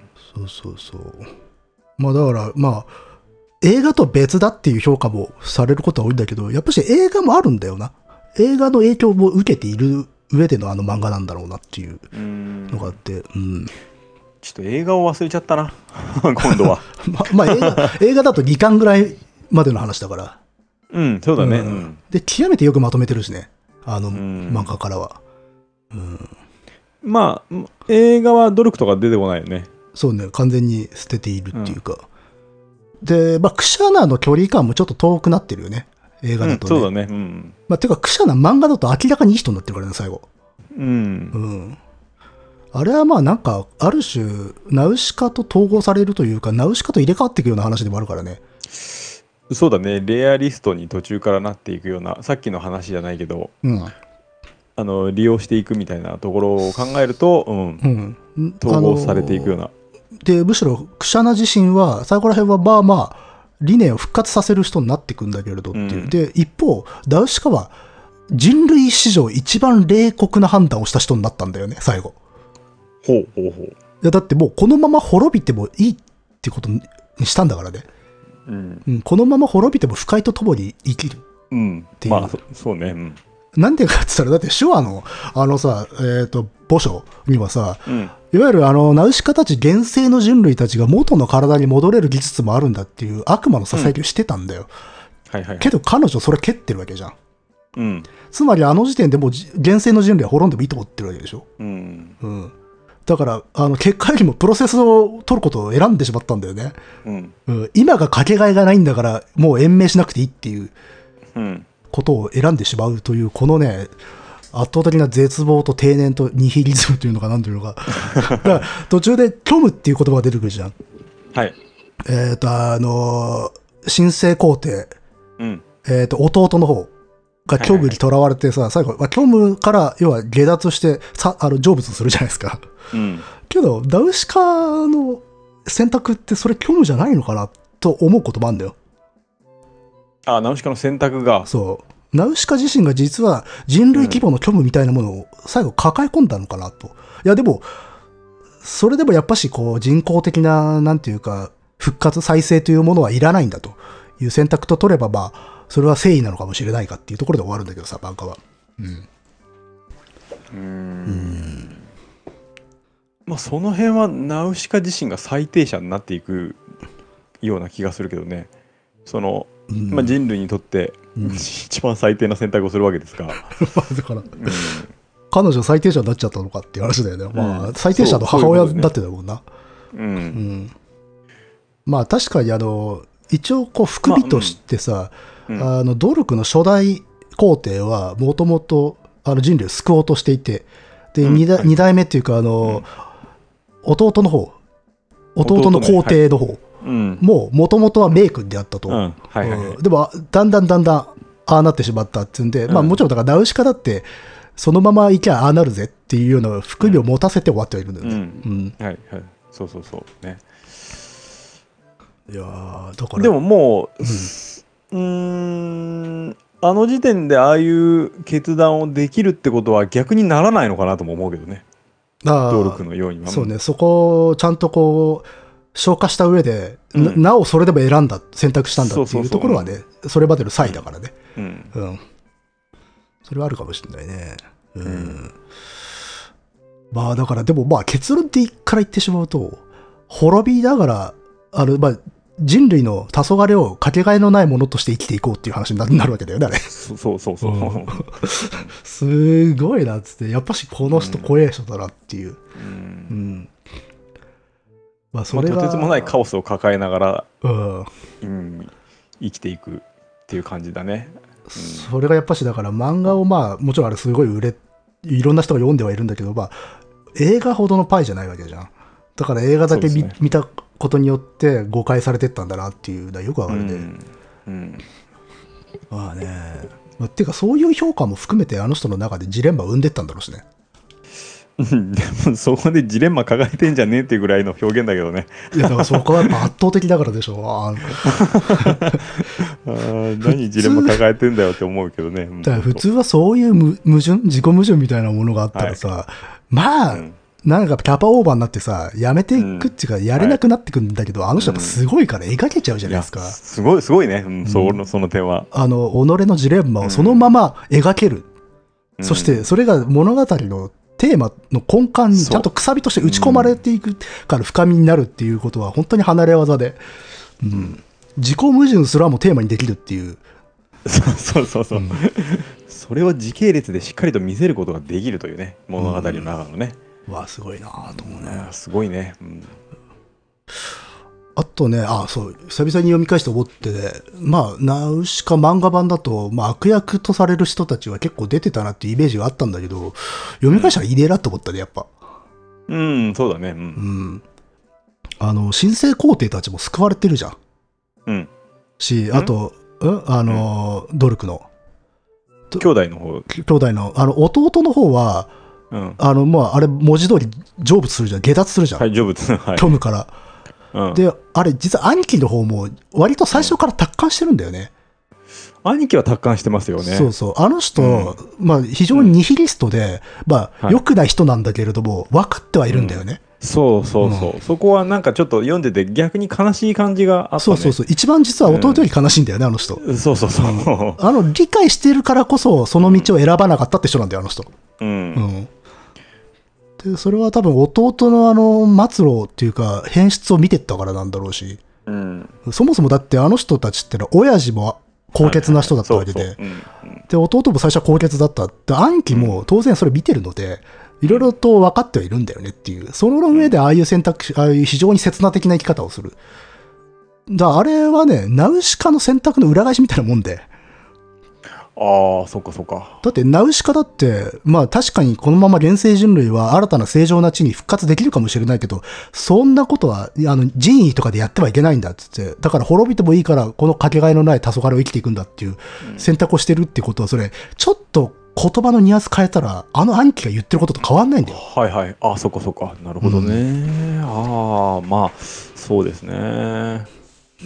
そうそうそう。まあだからまあ映画と別だっていう評価もされることは多いんだけど、やっぱし映画もあるんだよな。映画の影響も受けている上でのあの漫画なんだろうなっていうのがあって、うん、 ちょっと映画を忘れちゃったな今度はままあ映画映画だとにかんぐらいまでの話だから、 うんそうだね、 うんうん、 で極めてよくまとめてるしね、あの漫画からは、うん、 まあ映画は努力とか出てこないよね。 そうね、完全に捨てているっていうか、うん、でまあクシャナの距離感もちょっと遠くなってるよね、映画だとね、 うん、そうだね、うん、 まあてかクシャナ漫画だと明らかにいい人になってるからね最後、 うん、うん、 あれはまあなんかある種ナウシカと統合されるというかナウシカと入れ替わっていくような話でもあるからね。 そうだね、レアリストに途中からなっていくような、さっきの話じゃないけど、うん、あの利用していくみたいなところを考えると、うんうん、統合されていくような、 でむしろクシャナ自身は最後ら辺はまあまあ理念を復活させる人になっていくんだけれどっていう、うん、で一方ナウシカは人類史上一番冷酷な判断をした人になったんだよね最後。 ほうほうほう。いやだってもうこのまま滅びてもいいってことにしたんだからね、うんうん、このまま滅びても不快とともに生きるっていう、 うん、まあ そ, そうね、うん、 なんでかって言ったらだって手話のあのさ、えーと墓所にはさ、うん、いわゆるあのナウシカたち原生の人類たちが元の体に戻れる技術もあるんだっていう悪魔のささやきをしてたんだよ、うんはいはいはい、けど彼女それ蹴ってるわけじゃん、うん、つまりあの時点でもう原生の人類は滅んでもいいと思ってるわけでしょ、うんうん、だからあの結果よりもプロセスを取ることを選んでしまったんだよね、うんうん、今がかけがえがないんだからもう延命しなくていいっていうことを選んでしまうというこのね圧倒的な絶望と定年とニヒリズムというのか何というのかだから途中で虚無っていう言葉が出てくるじゃん、はいえっ、ー、とあのー、神聖皇帝、うんえー、と弟の方が虚無にとらわれてさ、はいはいはい、最後、まあ、虚無から要は下脱してさあの成仏するじゃないですか、うん、けどナウシカの選択ってそれ虚無じゃないのかなと思うこともあるんだよ。 あナウシカの選択がそうナウシカ自身が実は人類規模の虚無みたいなものを最後抱え込んだのかなと、うん、いやでもそれでもやっぱしこう人工的ななんていうか復活再生というものはいらないんだという選択と取ればまあそれは誠意なのかもしれないかっていうところで終わるんだけどさ漫画はうんうーんうんまあその辺はナウシカ自身が最低者になっていくような気がするけどねその、うんまあ、人類にとって、うん、一番最低な選択をするわけですがだから、うん、彼女最低者になっちゃったのかっていう話だよね、うん、まあ最低者の母親だってだもんなう、う、ねうんうん、まあ確かにあの一応こう含みとしてさ、まあうん、あのドルクの初代皇帝はもともと人類を救おうとしていてで、うん、2, 代、はい、に代目っていうかあの、うん、弟の方弟の皇帝の方、はいうん、もうもともとは名君であったと、うんはいはいはいうん、でもだんだんだんだんああなってしまったっていうんで、うんまあ、もちろんだからナウシカだってそのままいきゃああなるぜっていうような含みを持たせて終わってはいるんだよね、うんうんうん、はいはいそうそうそうねいやだからでももう、うん、うーんあの時点でああいう決断をできるってことは逆にならないのかなとも思うけどねドルクのようにはそうねそこをちゃんとこう消化した上で、うん、な, なおそれでも選んだ選択したんだっていうところはね そ, う そ, う そ, うそれまでの差異だからね、うんうん、それはあるかもしれないね、うんうん、まあだからでもまあ結論でから言ってしまうと滅びながらあの、まあ、人類の黄昏をかけがえのないものとして生きていこうっていう話になるわけだよねあれそうそうそうそう、うん、 すごいなっつってやっぱしこの人怖え人だなっていう、うんうんまあ、それがまあ、とてつもないカオスを抱えながら、うんうん、生きていくっていう感じだね、 うん、それがやっぱしだから漫画をまあもちろんあれすごい売れいろんな人が読んではいるんだけど、まあ、映画ほどのパイじゃないわけじゃんだから映画だけ 見,、ね、見たことによって誤解されてったんだなっていうのはよくわかるね、うんうん、まあね、まあ、っていうかそういう評価も含めてあの人の中でジレンマを生んでったんだろうしねうんでもそこでジレンマ抱えてんじゃねえっていうぐらいの表現だけどね。 いやだからそこはやっぱ圧倒的だからでしょあのあー何ジレンマ抱えてんだよって思うけどね。 だから普通はそういう無矛盾自己矛盾みたいなものがあったらさ、はい、まあ、うん、なんかキャパオーバーになってさやめていくっていうか、やれなくなってくんだけど、はい、あの人やっぱすごいから描けちゃうじゃないですか。 すごいすごいね、うん、そのその点はあの己のジレンマをそのまま描ける、うん、そしてそれが物語のテーマの根幹にちゃんとくさびとして打ち込まれていくから深みになるっていうことは本当に離れ技で、うん、自己矛盾すらもテーマにできるっていう。 そうそうそうそう、うん、それを時系列でしっかりと見せることができるというね、物語の中のね、 うん、わあすごいなと思うね、 すごいね、うん、 あとね、あそう久々に読み返して思ってね、まあナウシカ漫画版だと、まあ、悪役とされる人たちは結構出てたなっていうイメージがあったんだけど、読み返したらいねえなと思ったねやっぱ。 うん、うん、そうだね、うん、うん、 あの神聖皇帝たちも救われてるじゃん、うん、しあと、うん、あの、うん、ドルクの兄弟の方兄弟のあの弟の方は、うん、あのまああれ文字通り成仏するじゃん、下脱するじゃん、 はい、成仏、はい、 虚無から、うん、であれ実は兄貴の方も割と最初から達観してるんだよね、 うん、兄貴は達観してますよね。 そうそうあの人、うん、まあ非常にニヒリストで、うん、まあ良くない人なんだけれども、はい、分かってはいるんだよね、 うん、そうそうそう、うん、そこはなんかちょっと読んでて逆に悲しい感じがあったね。 そうそうそう、一番実は弟より悲しいんだよね、うん、あの人。 そうそうそう、 あの理解してるからこそその道を選ばなかったって人なんだよあの人。 うん、うんでそれは多分弟のあの末路っていうか変質を見てったからなんだろうし、うん、そもそもだってあの人たちってのは親父も高潔な人だったわけで、で弟も最初は高潔だったで兄貴も当然それ見てるので、いろいろと分かってはいるんだよねっていう、その上でああいう選択肢、ああいう非常に刹那的な生き方をする。だからあれはねナウシカの選択の裏返しみたいなもんで、 ああ、そっかそっか。 だってナウシカだって、まあ確かにこのまま現世人類は新たな正常な地に復活できるかもしれないけど、そんなことはあの人為とかでやってはいけないんだっつって、だから滅びてもいいからこのかけがえのない黄昏を生きていくんだっていう選択をしてるってことは、それちょっと言葉のニュアンス変えたらあの兄貴が言ってることと変わんないんだよ。 はいはい、ああそっかそっか、なるほどね、うん、ああまあそうですね。 うん。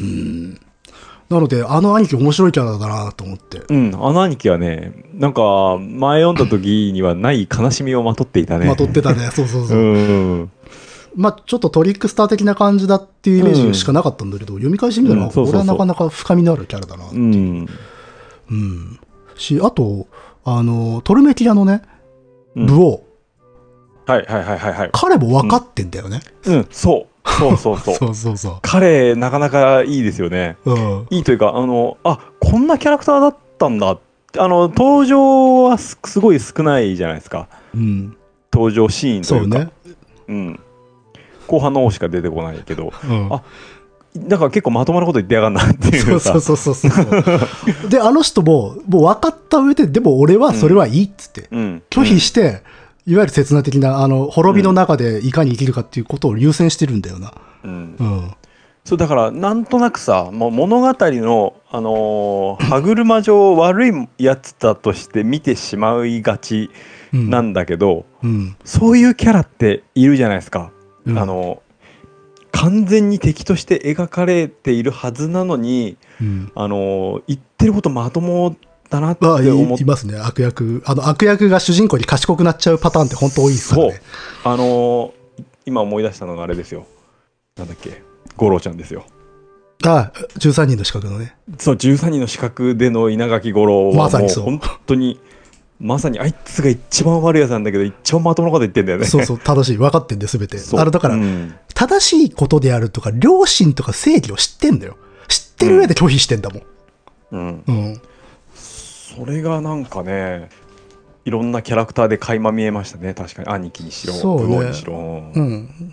なのであの兄貴面白いキャラだなと思って。 うん、あの兄貴はね、なんか前読んだ時にはない悲しみをまとっていたね。 まとってたね、そうそうそう。うん、まあちょっとトリックスター的な感じだっていうイメージしかなかったんだけど、うん、読み返してみたら、これはなかなか深みのあるキャラだなっていう。うん。うん。し、あと、あの、トルメキアのね、ブオー、 うん。はいはいはいはいはい。 彼も分かってんだよね。 うん、うん、そう。そうそうそう。 そうそうそう。 彼、なかなかいいですよね。うん、いいというか、あの、あ、こんなキャラクターだったんだ。あの、登場は す, すごい少ないじゃないですか。うん、登場シーンというか。そうね。うん。後半の方しか出てこないけど、うん、あ、だから結構まともなこと言ってやがんなっていうさ。 そうそうそうそうで、あの人も、もう分かった上で、でも俺はそれはいいっつって、うん、拒否して、うん、いわゆる刹那的な、あの、滅びの中でいかに生きるかっていうことを優先してるんだよな。うん。うん、 そう、だから、なんとなくさ、もう物語の、あのー、歯車上悪いやつだとして見てしまいがちなんだけど、うんうん、そういうキャラっているじゃないですか。うん、あの完全に敵として描かれているはずなのに、うん、あの言ってることまともだなって思って。 いますね、悪役。あの悪役が主人公に賢くなっちゃうパターンって本当多いですからね。 そう、あの今思い出したのがあれですよ、なんだっけ、五郎ちゃんですよ。 ああ、じゅうさんにんの資格のね。 そう、じゅうさんにんの資格での稲垣吾郎はもう本当にまさにあいつが一番悪いやつなんだけど一番まともなこと言ってんだよね。そうそう、 正しい、分かってんだよ全て。あれだから、うん、正しいことであるとか良心とか正義を知ってんだよ。知ってる上で拒否してんだもん。うん、うん、 それがなんかね、いろんなキャラクターで垣間見えましたね。確かに兄貴にしろ、 そうね、 にしろ、 うん、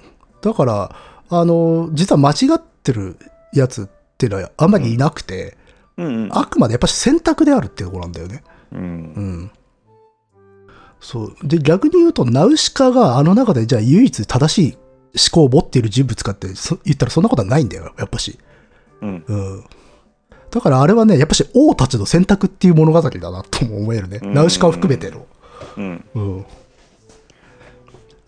だからあの実は間違ってるやつっていうのはあんまりいなくて、うんうんうん、あくまでやっぱり選択であるっていうところなんだよね。うん、うん、そうで、逆に言うとナウシカがあの中でじゃあ唯一正しい思考を持っている人物かって言ったらそんなことはないんだよやっぱし、うんうん、だからあれはねやっぱし王たちの選択っていう物語だなとも思えるね、ナウシカを含めての、うんうん、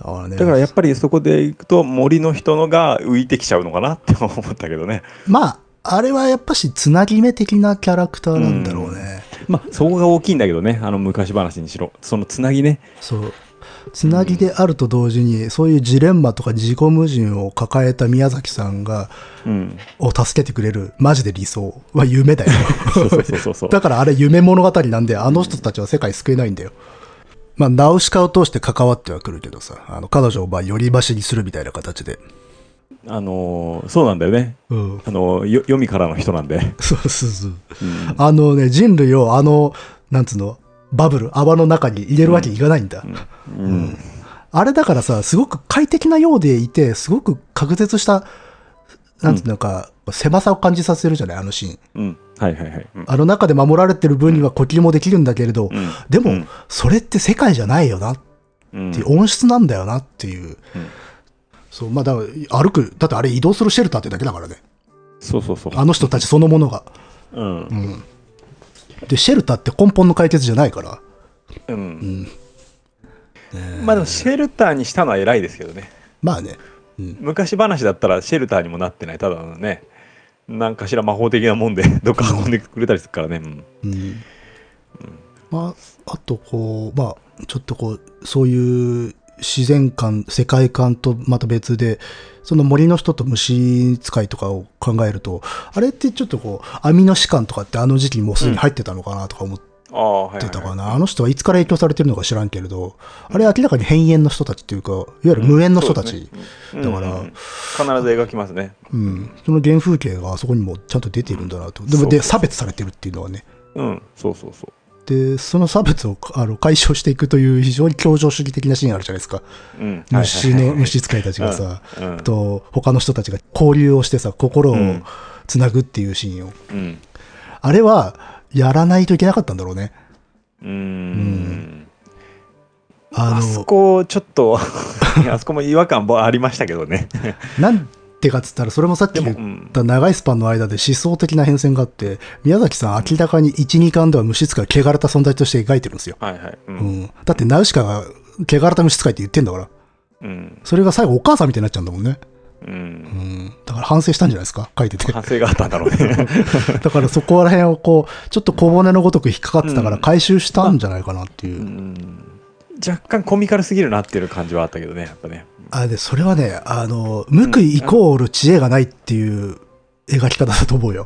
だからね、 だからやっぱりそこでいくと森の人のが浮いてきちゃうのかなって思ったけどね。 まああれはやっぱしつなぎ目的なキャラクターなんだろうね。 まあそこが大きいんだけどね、あの昔話にしろそのつなぎね。 そうつなぎであると同時に、うん、そういうジレンマとか自己矛盾を抱えた宮崎さんが、うん、を助けてくれるマジで理想は夢だよ。だからあれ夢物語なんで、あの人たちは世界救えないんだよ。まあナウシカを通して関わってはくるけどさ、あの彼女をまあより橋にするみたいな形で。 あのー、そうなんだよね、うん、あのー、読みからの人なんで。 そうそうそう、うん、あのね人類をあのなんつうのバブル泡の中に入れるわけにいかないんだ、うんうんうん、あれだからさすごく快適なようでいてすごく隔絶したなんつうのか、うん、狭さを感じさせるじゃないあのシーン、うんはいはいはいうん、あの中で守られてる分には呼吸もできるんだけれど、うん、でも、うん、それって世界じゃないよなっていう音質なんだよなっていう、うんそうまあ、だから歩くだってあれ移動するシェルターってだけだからね。 そうそうそうあの人たちそのものが、うんうん、でシェルターって根本の解決じゃないから、うんうんえー、まあでもシェルターにしたのは偉いですけどね。 まあね、 うん、昔話だったらシェルターにもなってないただのね何かしら魔法的なもんでどっか運んでくれたりするからね、うんうんうん、 まああとこうまあちょっとこうそういう自然観世界観とまた別でその森の人と虫使いとかを考えるとあれってちょっとこうアミノシカンとかってあの時期にもうすでに入ってたのかなとか思ってたかな、うん、あ, あの人はいつから影響されてるのか知らんけれど、うん、あれ明らかに変縁の人たちっていうかいわゆる無縁の人たち、うんね、だから、うんうんうん、 必ず描きますね、 うん、その原風景があそこにもちゃんと出ているんだなと、うん、でもで差別されてるっていうのはねうんそうそうそうでその差別をあの解消していくという非常に協情主義的なシーンあるじゃないですか、うん、虫の虫使いたちがさ、うんうん、と他の人たちが交流をしてさ心をつなぐっていうシーンを、うん、あれはやらないといけなかったんだろうね。うーん、うん、 あのあそこちょっとあそこも違和感ありましたけどねなんてかっつったらそれもさっき言った長いスパンの間で思想的な変遷があって宮崎さん明らかに いち,に 巻では虫使いを汚れた存在として描いてるんですよ、はいはいうんうん、だってナウシカが汚れた虫使いって言ってんだから、うん、それが最後お母さんみたいになっちゃうんだもんね、うんうん、だから反省したんじゃないですか書いてて反省があったんだろうねだからそこら辺をこうちょっと小骨のごとく引っかかってたから回収したんじゃないかなっていう、うんうん若干コミカルすぎるなっていう感じはあったけどねやっぱねあでそれはねあの報いイコール知恵がないっていう描き方だと思うよ、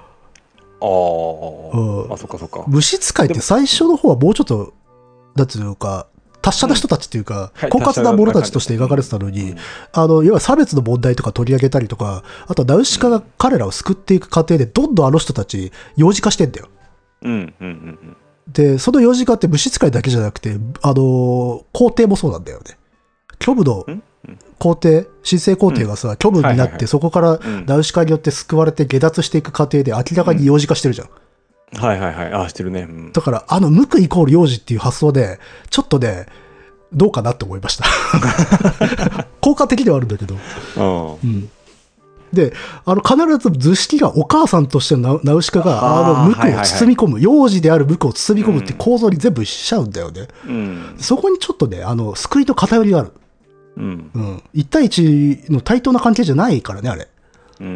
うん、あ、うん、あそっかそっか虫使いって最初の方はもうちょっとなんていうか達者な人たちっていうか、うん、狡猾な者たちとして描かれてたのに、うん、あの要は差別の問題とか取り上げたりとかあとはナウシカが彼らを救っていく過程でどんどんあの人たち幼児化してんだよ、うんうんうんうんでその幼児化って虫使いだけじゃなくてあの皇帝もそうなんだよね。虚無の皇帝神聖皇帝がさ、うん、虚無になって、はいはいはい、そこからナウシカによって救われて下脱していく過程で明らかに幼児化してるじゃん、 うん、はいはいはいあしてるね、うん、 だからあの報いイコール幼児っていう発想でちょっとねどうかなって思いました効果的ではあるんだけど、うんであの必ず図式がお母さんとしてのナウシカがあの無垢を包み込む、はいはいはい、幼児である無垢を包み込むって構造に全部しちゃうんだよね、うん、そこにちょっとねあの救いと偏りがある、うんうん、いち対いちの対等な関係じゃないからねあれ、うんうん、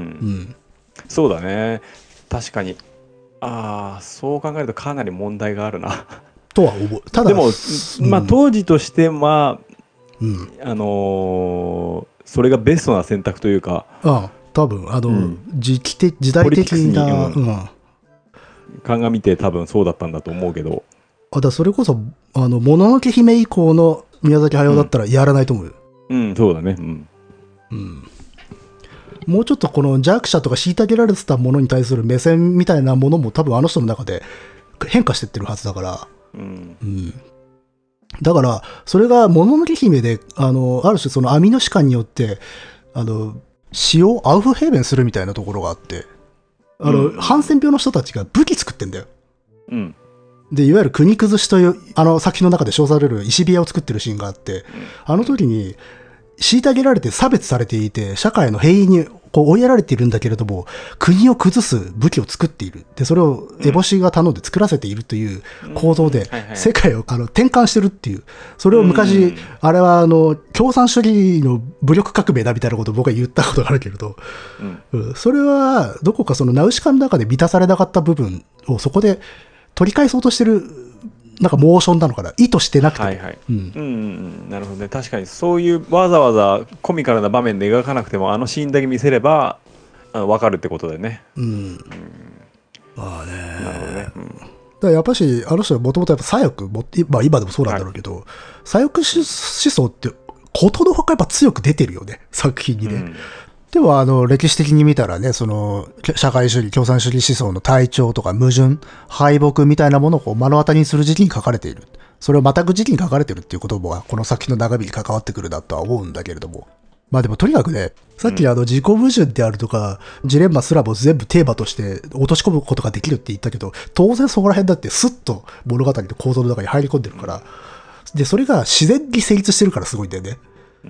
そうだね確かにああそう考えるとかなり問題があるなとは思うただでも、うん、まあ当時としてまあ、うん、あのー、それがベストな選択というかああ多分あの、うん、時期的時代的な、うん、 鑑みて多分そうだったんだと思うけどあだそれこそあのもののけ姫以降の宮崎駿だったらやらないと思うよ、 うん、うん、そうだね、うんうん、 もうちょっとこの弱者とか虐げられてたものに対する目線みたいなものも多分あの人の中で変化してってるはずだから、うんうん、だからそれがもののけ姫で あのある種そのアミノシカンによってあの詩をアウフヘーベンするみたいなところがあってあの、うん、ハンセン病の人たちが武器作ってんだよ、うん、でいわゆる国崩しというあの作品の中で称される石部屋を作ってるシーンがあって、うん、あの時に虐げられて差別されていて、社会の平易にこう追いやられているんだけれども、国を崩す武器を作っている。で、それを烏帽子が頼んで作らせているという構造で、世界をあの転換してるっていう。それを昔、あれはあの、共産主義の武力革命だみたいなことを僕は言ったことがあるけれど、うん、それはどこかそのナウシカの中で満たされなかった部分をそこで取り返そうとしてる、なんかモーションなのかな、意図してなくても、 はいはい、うん、うんうん、なるほどね。確かにそういうわざわざコミカルな場面で描かなくてもあのシーンだけ見せればあの分かるってことだよね。うん、うん、 まあね、 なるほどね、うん、 だからやっぱしあの人はもともとやっぱ左翼、まあ、今でもそうなんだろうけど、はい、左翼思想ってことのほかやっぱ強く出てるよね、作品にね。うん、でもあの歴史的に見たらね、その社会主義共産主義思想の体調とか矛盾敗北みたいなものをこう目の当たりにする時期に書かれている、それをまたぐ時期に書かれてるっていうこともこの作品の中身に関わってくるなとは思うんだけれども、まあでもとにかくね、さっきあの自己矛盾であるとか、うん、ジレンマすらも全部テーマとして落とし込むことができるって言ったけど、当然そこら辺だってスッと物語の構造の中に入り込んでるから、でそれが自然に成立してるからすごいんだよね。うん、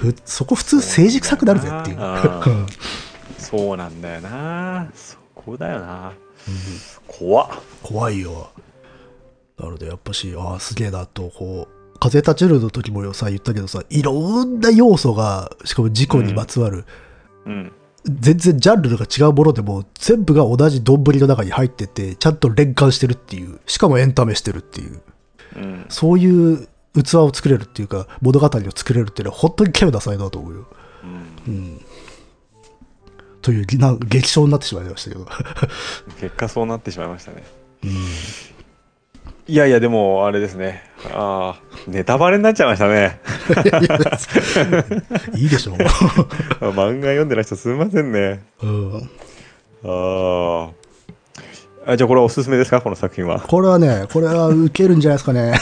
そこ普通政治臭くなるぜっていう。 そうなんだよな。そこだよな。うん、怖っ。 怖いよ。なのでやっぱし、ああすげえなと、こう風立ちぬの時もさ言ったけどさ、いろんな要素が、しかも事故にまつわる、うんうん、全然ジャンルが違うものでも全部が同じ丼の中に入ってて、ちゃんと連関してるっていう、しかもエンタメしてるっていう、うん、そういう器を作れるっていうか物語を作れるっていうのは本当に稀有な才能だと思うよ。うんうん、というな激賞になってしまいましたけど結果そうなってしまいましたね。うん、いやいやでもあれですね。ああネタバレになっちゃいましたね。 いいでしょう。 漫画読んでない人すみませんね。うん、ああじゃあこれはおすすめですか、この作品は。 これはね、これはウケるんじゃないですかね。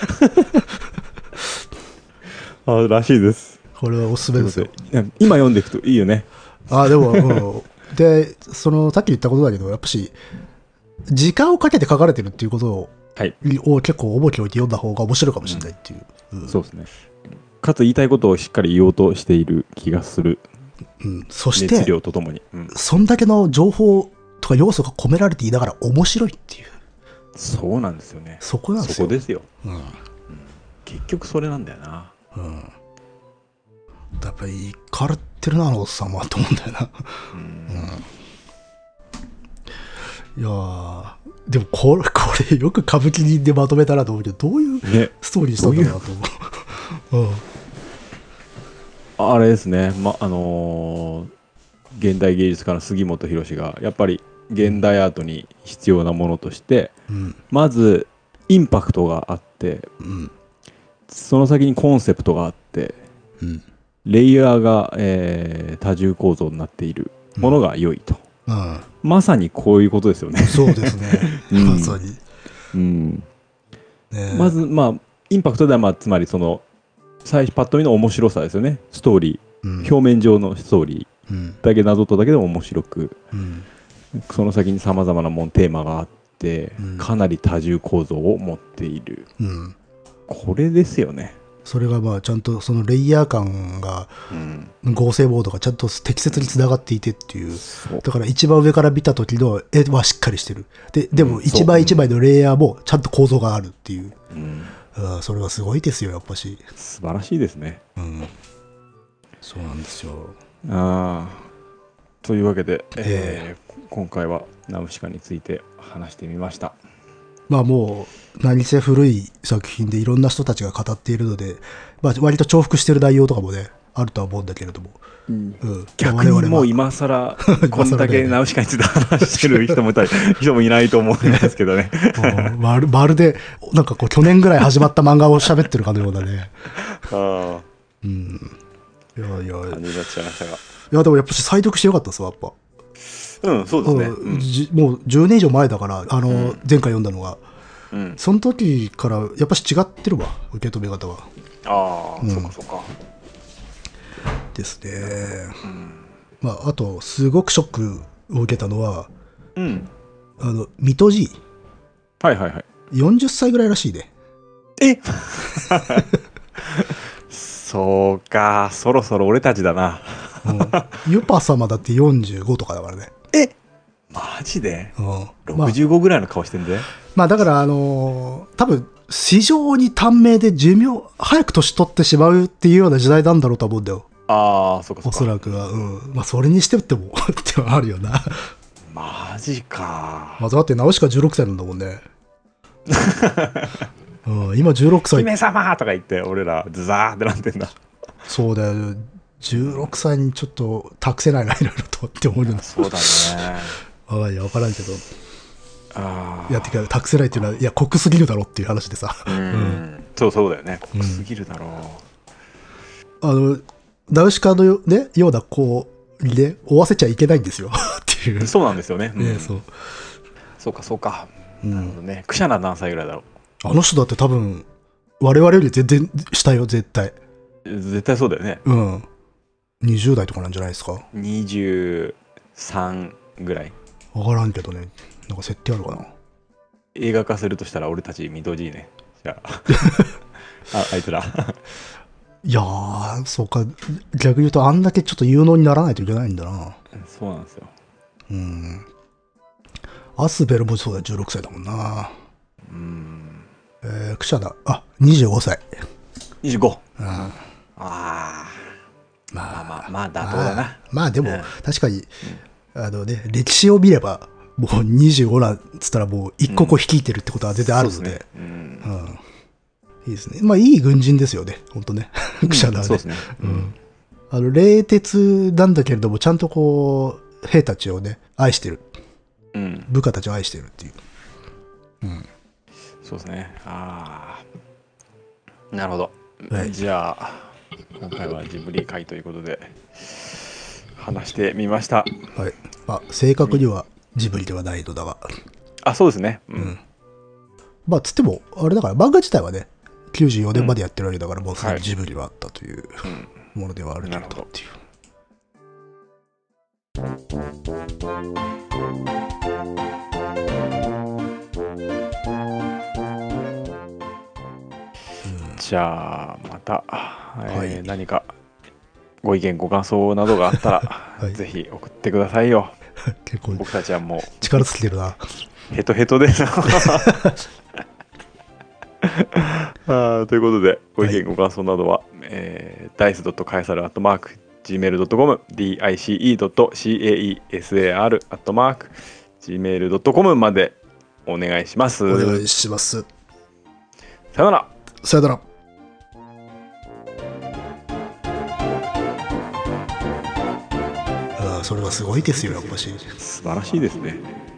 あらしいです。 これはおすすめですよ。 今読んでいくといいよね。 あでも、うん、でそのさっき言ったことだけど、やっぱし時間をかけて書かれてるっていうことを、はい、を結構重きを置いて読んだ方が面白いかもしれないっていう、 うんうん、そうですね。かつ言いたいことをしっかり言おうとしている気がする、 うん、そして熱量とともに、うん、 そんだけの情報とか要素が込められていながら面白いっていう、 そうなんですよね。 そこなんですよ。 そこですよ、うんうん、結局それなんだよな。うん、 やっぱりいかれてるなあのおっさんはと思うんだよな。うん、うん、いやーでもこれこれよく歌舞伎人でまとめたなと思うけど、どういうストーリーにしたんだろうなと思う。ね、 うん、あれですね、まあのー、現代芸術家の杉本博がやっぱり現代アートに必要なものとして、うん、まずインパクトがあって、うん、その先にコンセプトがあって、うん、レイヤーが、えー、多重構造になっているものが良いと、うんうん、まさにこういうことですよね。 そうですね、うん、まさに、 うんね、まずまあインパクトでは、まあ、つまりその最初パッと見の面白さですよね。ストーリー、うん、表面上のストーリーだけなぞっただけでも面白く、うん、その先にさまざまなもんテーマがあって、うん、かなり多重構造を持っている、うん、これですよね。 それがまあちゃんとそのレイヤー感が、うん、合成ボードがちゃんと適切につながっていてっていう、うん、だから一番上から見た時の絵はしっかりしてる。ででも一枚一枚のレイヤーもちゃんと構造があるっていう、うん、それはすごいですよやっぱし。 素晴らしいですね。うん、 そうなんですよ。 あというわけで、えー、今回はナウシカについて話してみました。 まあもう何せ古い作品でいろんな人たちが語っているので、まあ、割と重複してる内容とかもねあるとは思うんだけれども、うんうん、逆にもう今更こんだけナウシカについて話してる人もいたり人もいないと思うんですけどね。 まる、まるでなんかこう去年ぐらい始まった漫画を喋ってるかのようなね。あ、うん、いやいや感じになっちゃいましたが、いやでもやっぱり再読してよかったですわやっぱ。 うんそうですね、うん、 もうじゅうねん以上前だからあの、うん、前回読んだのが、うん、その時からやっぱし違ってるわ受け止め方は。 ああ、うん、そうかそうかですね、うん、まああとすごくショックを受けたのは、うん、あの水戸 G はいはいはいよんじゅっさいぐらいらしいで。 えそうか、そろそろ俺たちだな。 うん、ユパ様だってよんじゅうごとかだからね。 えマジで、 うん、 ろくじゅうごぐらいの顔してんで。 まあ、まあだからあのー、多分非常に短命で寿命早く年取ってしまうっていうような時代なんだろうと思うんだよ。 ああ、そうかそうか。 おそらくは、うん、まあそれにしてってもってはあるよな。 マジか。 まずだってナウシカじゅうろくさいなんだもんね。うん、今じゅうろくさい。 姫様とか言って俺らズザーってなってんだ。 そうだよ。じゅうろくさいにちょっと託せないな、いろいろとって思うんだ。 そうだね。 わかんない、わからんけど。 あいや、てか、託せないっていうのは、いや、濃すぎるだろっていう話でさ。 うん、うん、そうそうだよね。濃すぎるだろう。うん、あの、ナウシカのよ、ね、ような子にね、追わせちゃいけないんですよ。っていう。 そうなんですよね。うん、 ね、そう。 そうか、そうか。うん、なるほどね。クシャナ何歳ぐらいだろう。 あの人だって多分、我々より全然下よ、絶対。 絶対そうだよね。 うん。にじゅう代とかなんじゃないですか。 にじゅうさんぐらい。 わからんけどね。なんか設定あるかな。 映画化するとしたら俺たちミドジーね。じゃあ、あ, あいつら。 いやー、そうか。逆に言うと、あんだけちょっと有能にならないといけないんだな。 そうなんですよ。 うん。アスベルもそうだよ、じゅうろくさいだもんな。 うん。 えー、クシャナ、あ、にじゅうごさい。 にじゅうご。 うん。 ああ。まあまあまあ妥当だな。 まあ、まあでも、 うん、 確かに、あのね、歴史を見れば、もうにじゅうごなんつったらもう一個個率いてるってことは全然あるので。うん。うん、いいですね。まあいい軍人ですよね、ほんとね。クシャナはね。そうですね。うん。あの、冷徹なんだけれども、ちゃんとこう、兵たちをね、愛してる。うん。部下たちを愛してるっていう。うん。 そうですね。ああ。なるほど。はい、じゃあ、今回はジブリ会ということで、話してみました。 はい。まあ、正確にはジブリではないのだが。 あ、そうですね。 うん。うん、まあ、つっても、あれだから、漫画自体はね、きゅうじゅうよねんまでやってるわけだから、うん、もうすでにジブリはあったという、はい、ものではあるけどっていう。 じゃあまた、えーはい、何かご意見ご感想などがあったら、はい、ぜひ送ってくださいよ。結構僕たちはもう力尽きてるな。 ヘトヘトであということでご意見ご感想などは、はい、えー、ダイス カエサル アットマーク ジーメール ドットコム ディーアイシーイー ドット カエサル アットマーク ジーメール ドットコム までお願いします。 お願いします。 さよなら。 さよなら。それはすごいですよ、やっぱし。 素晴らしいですね。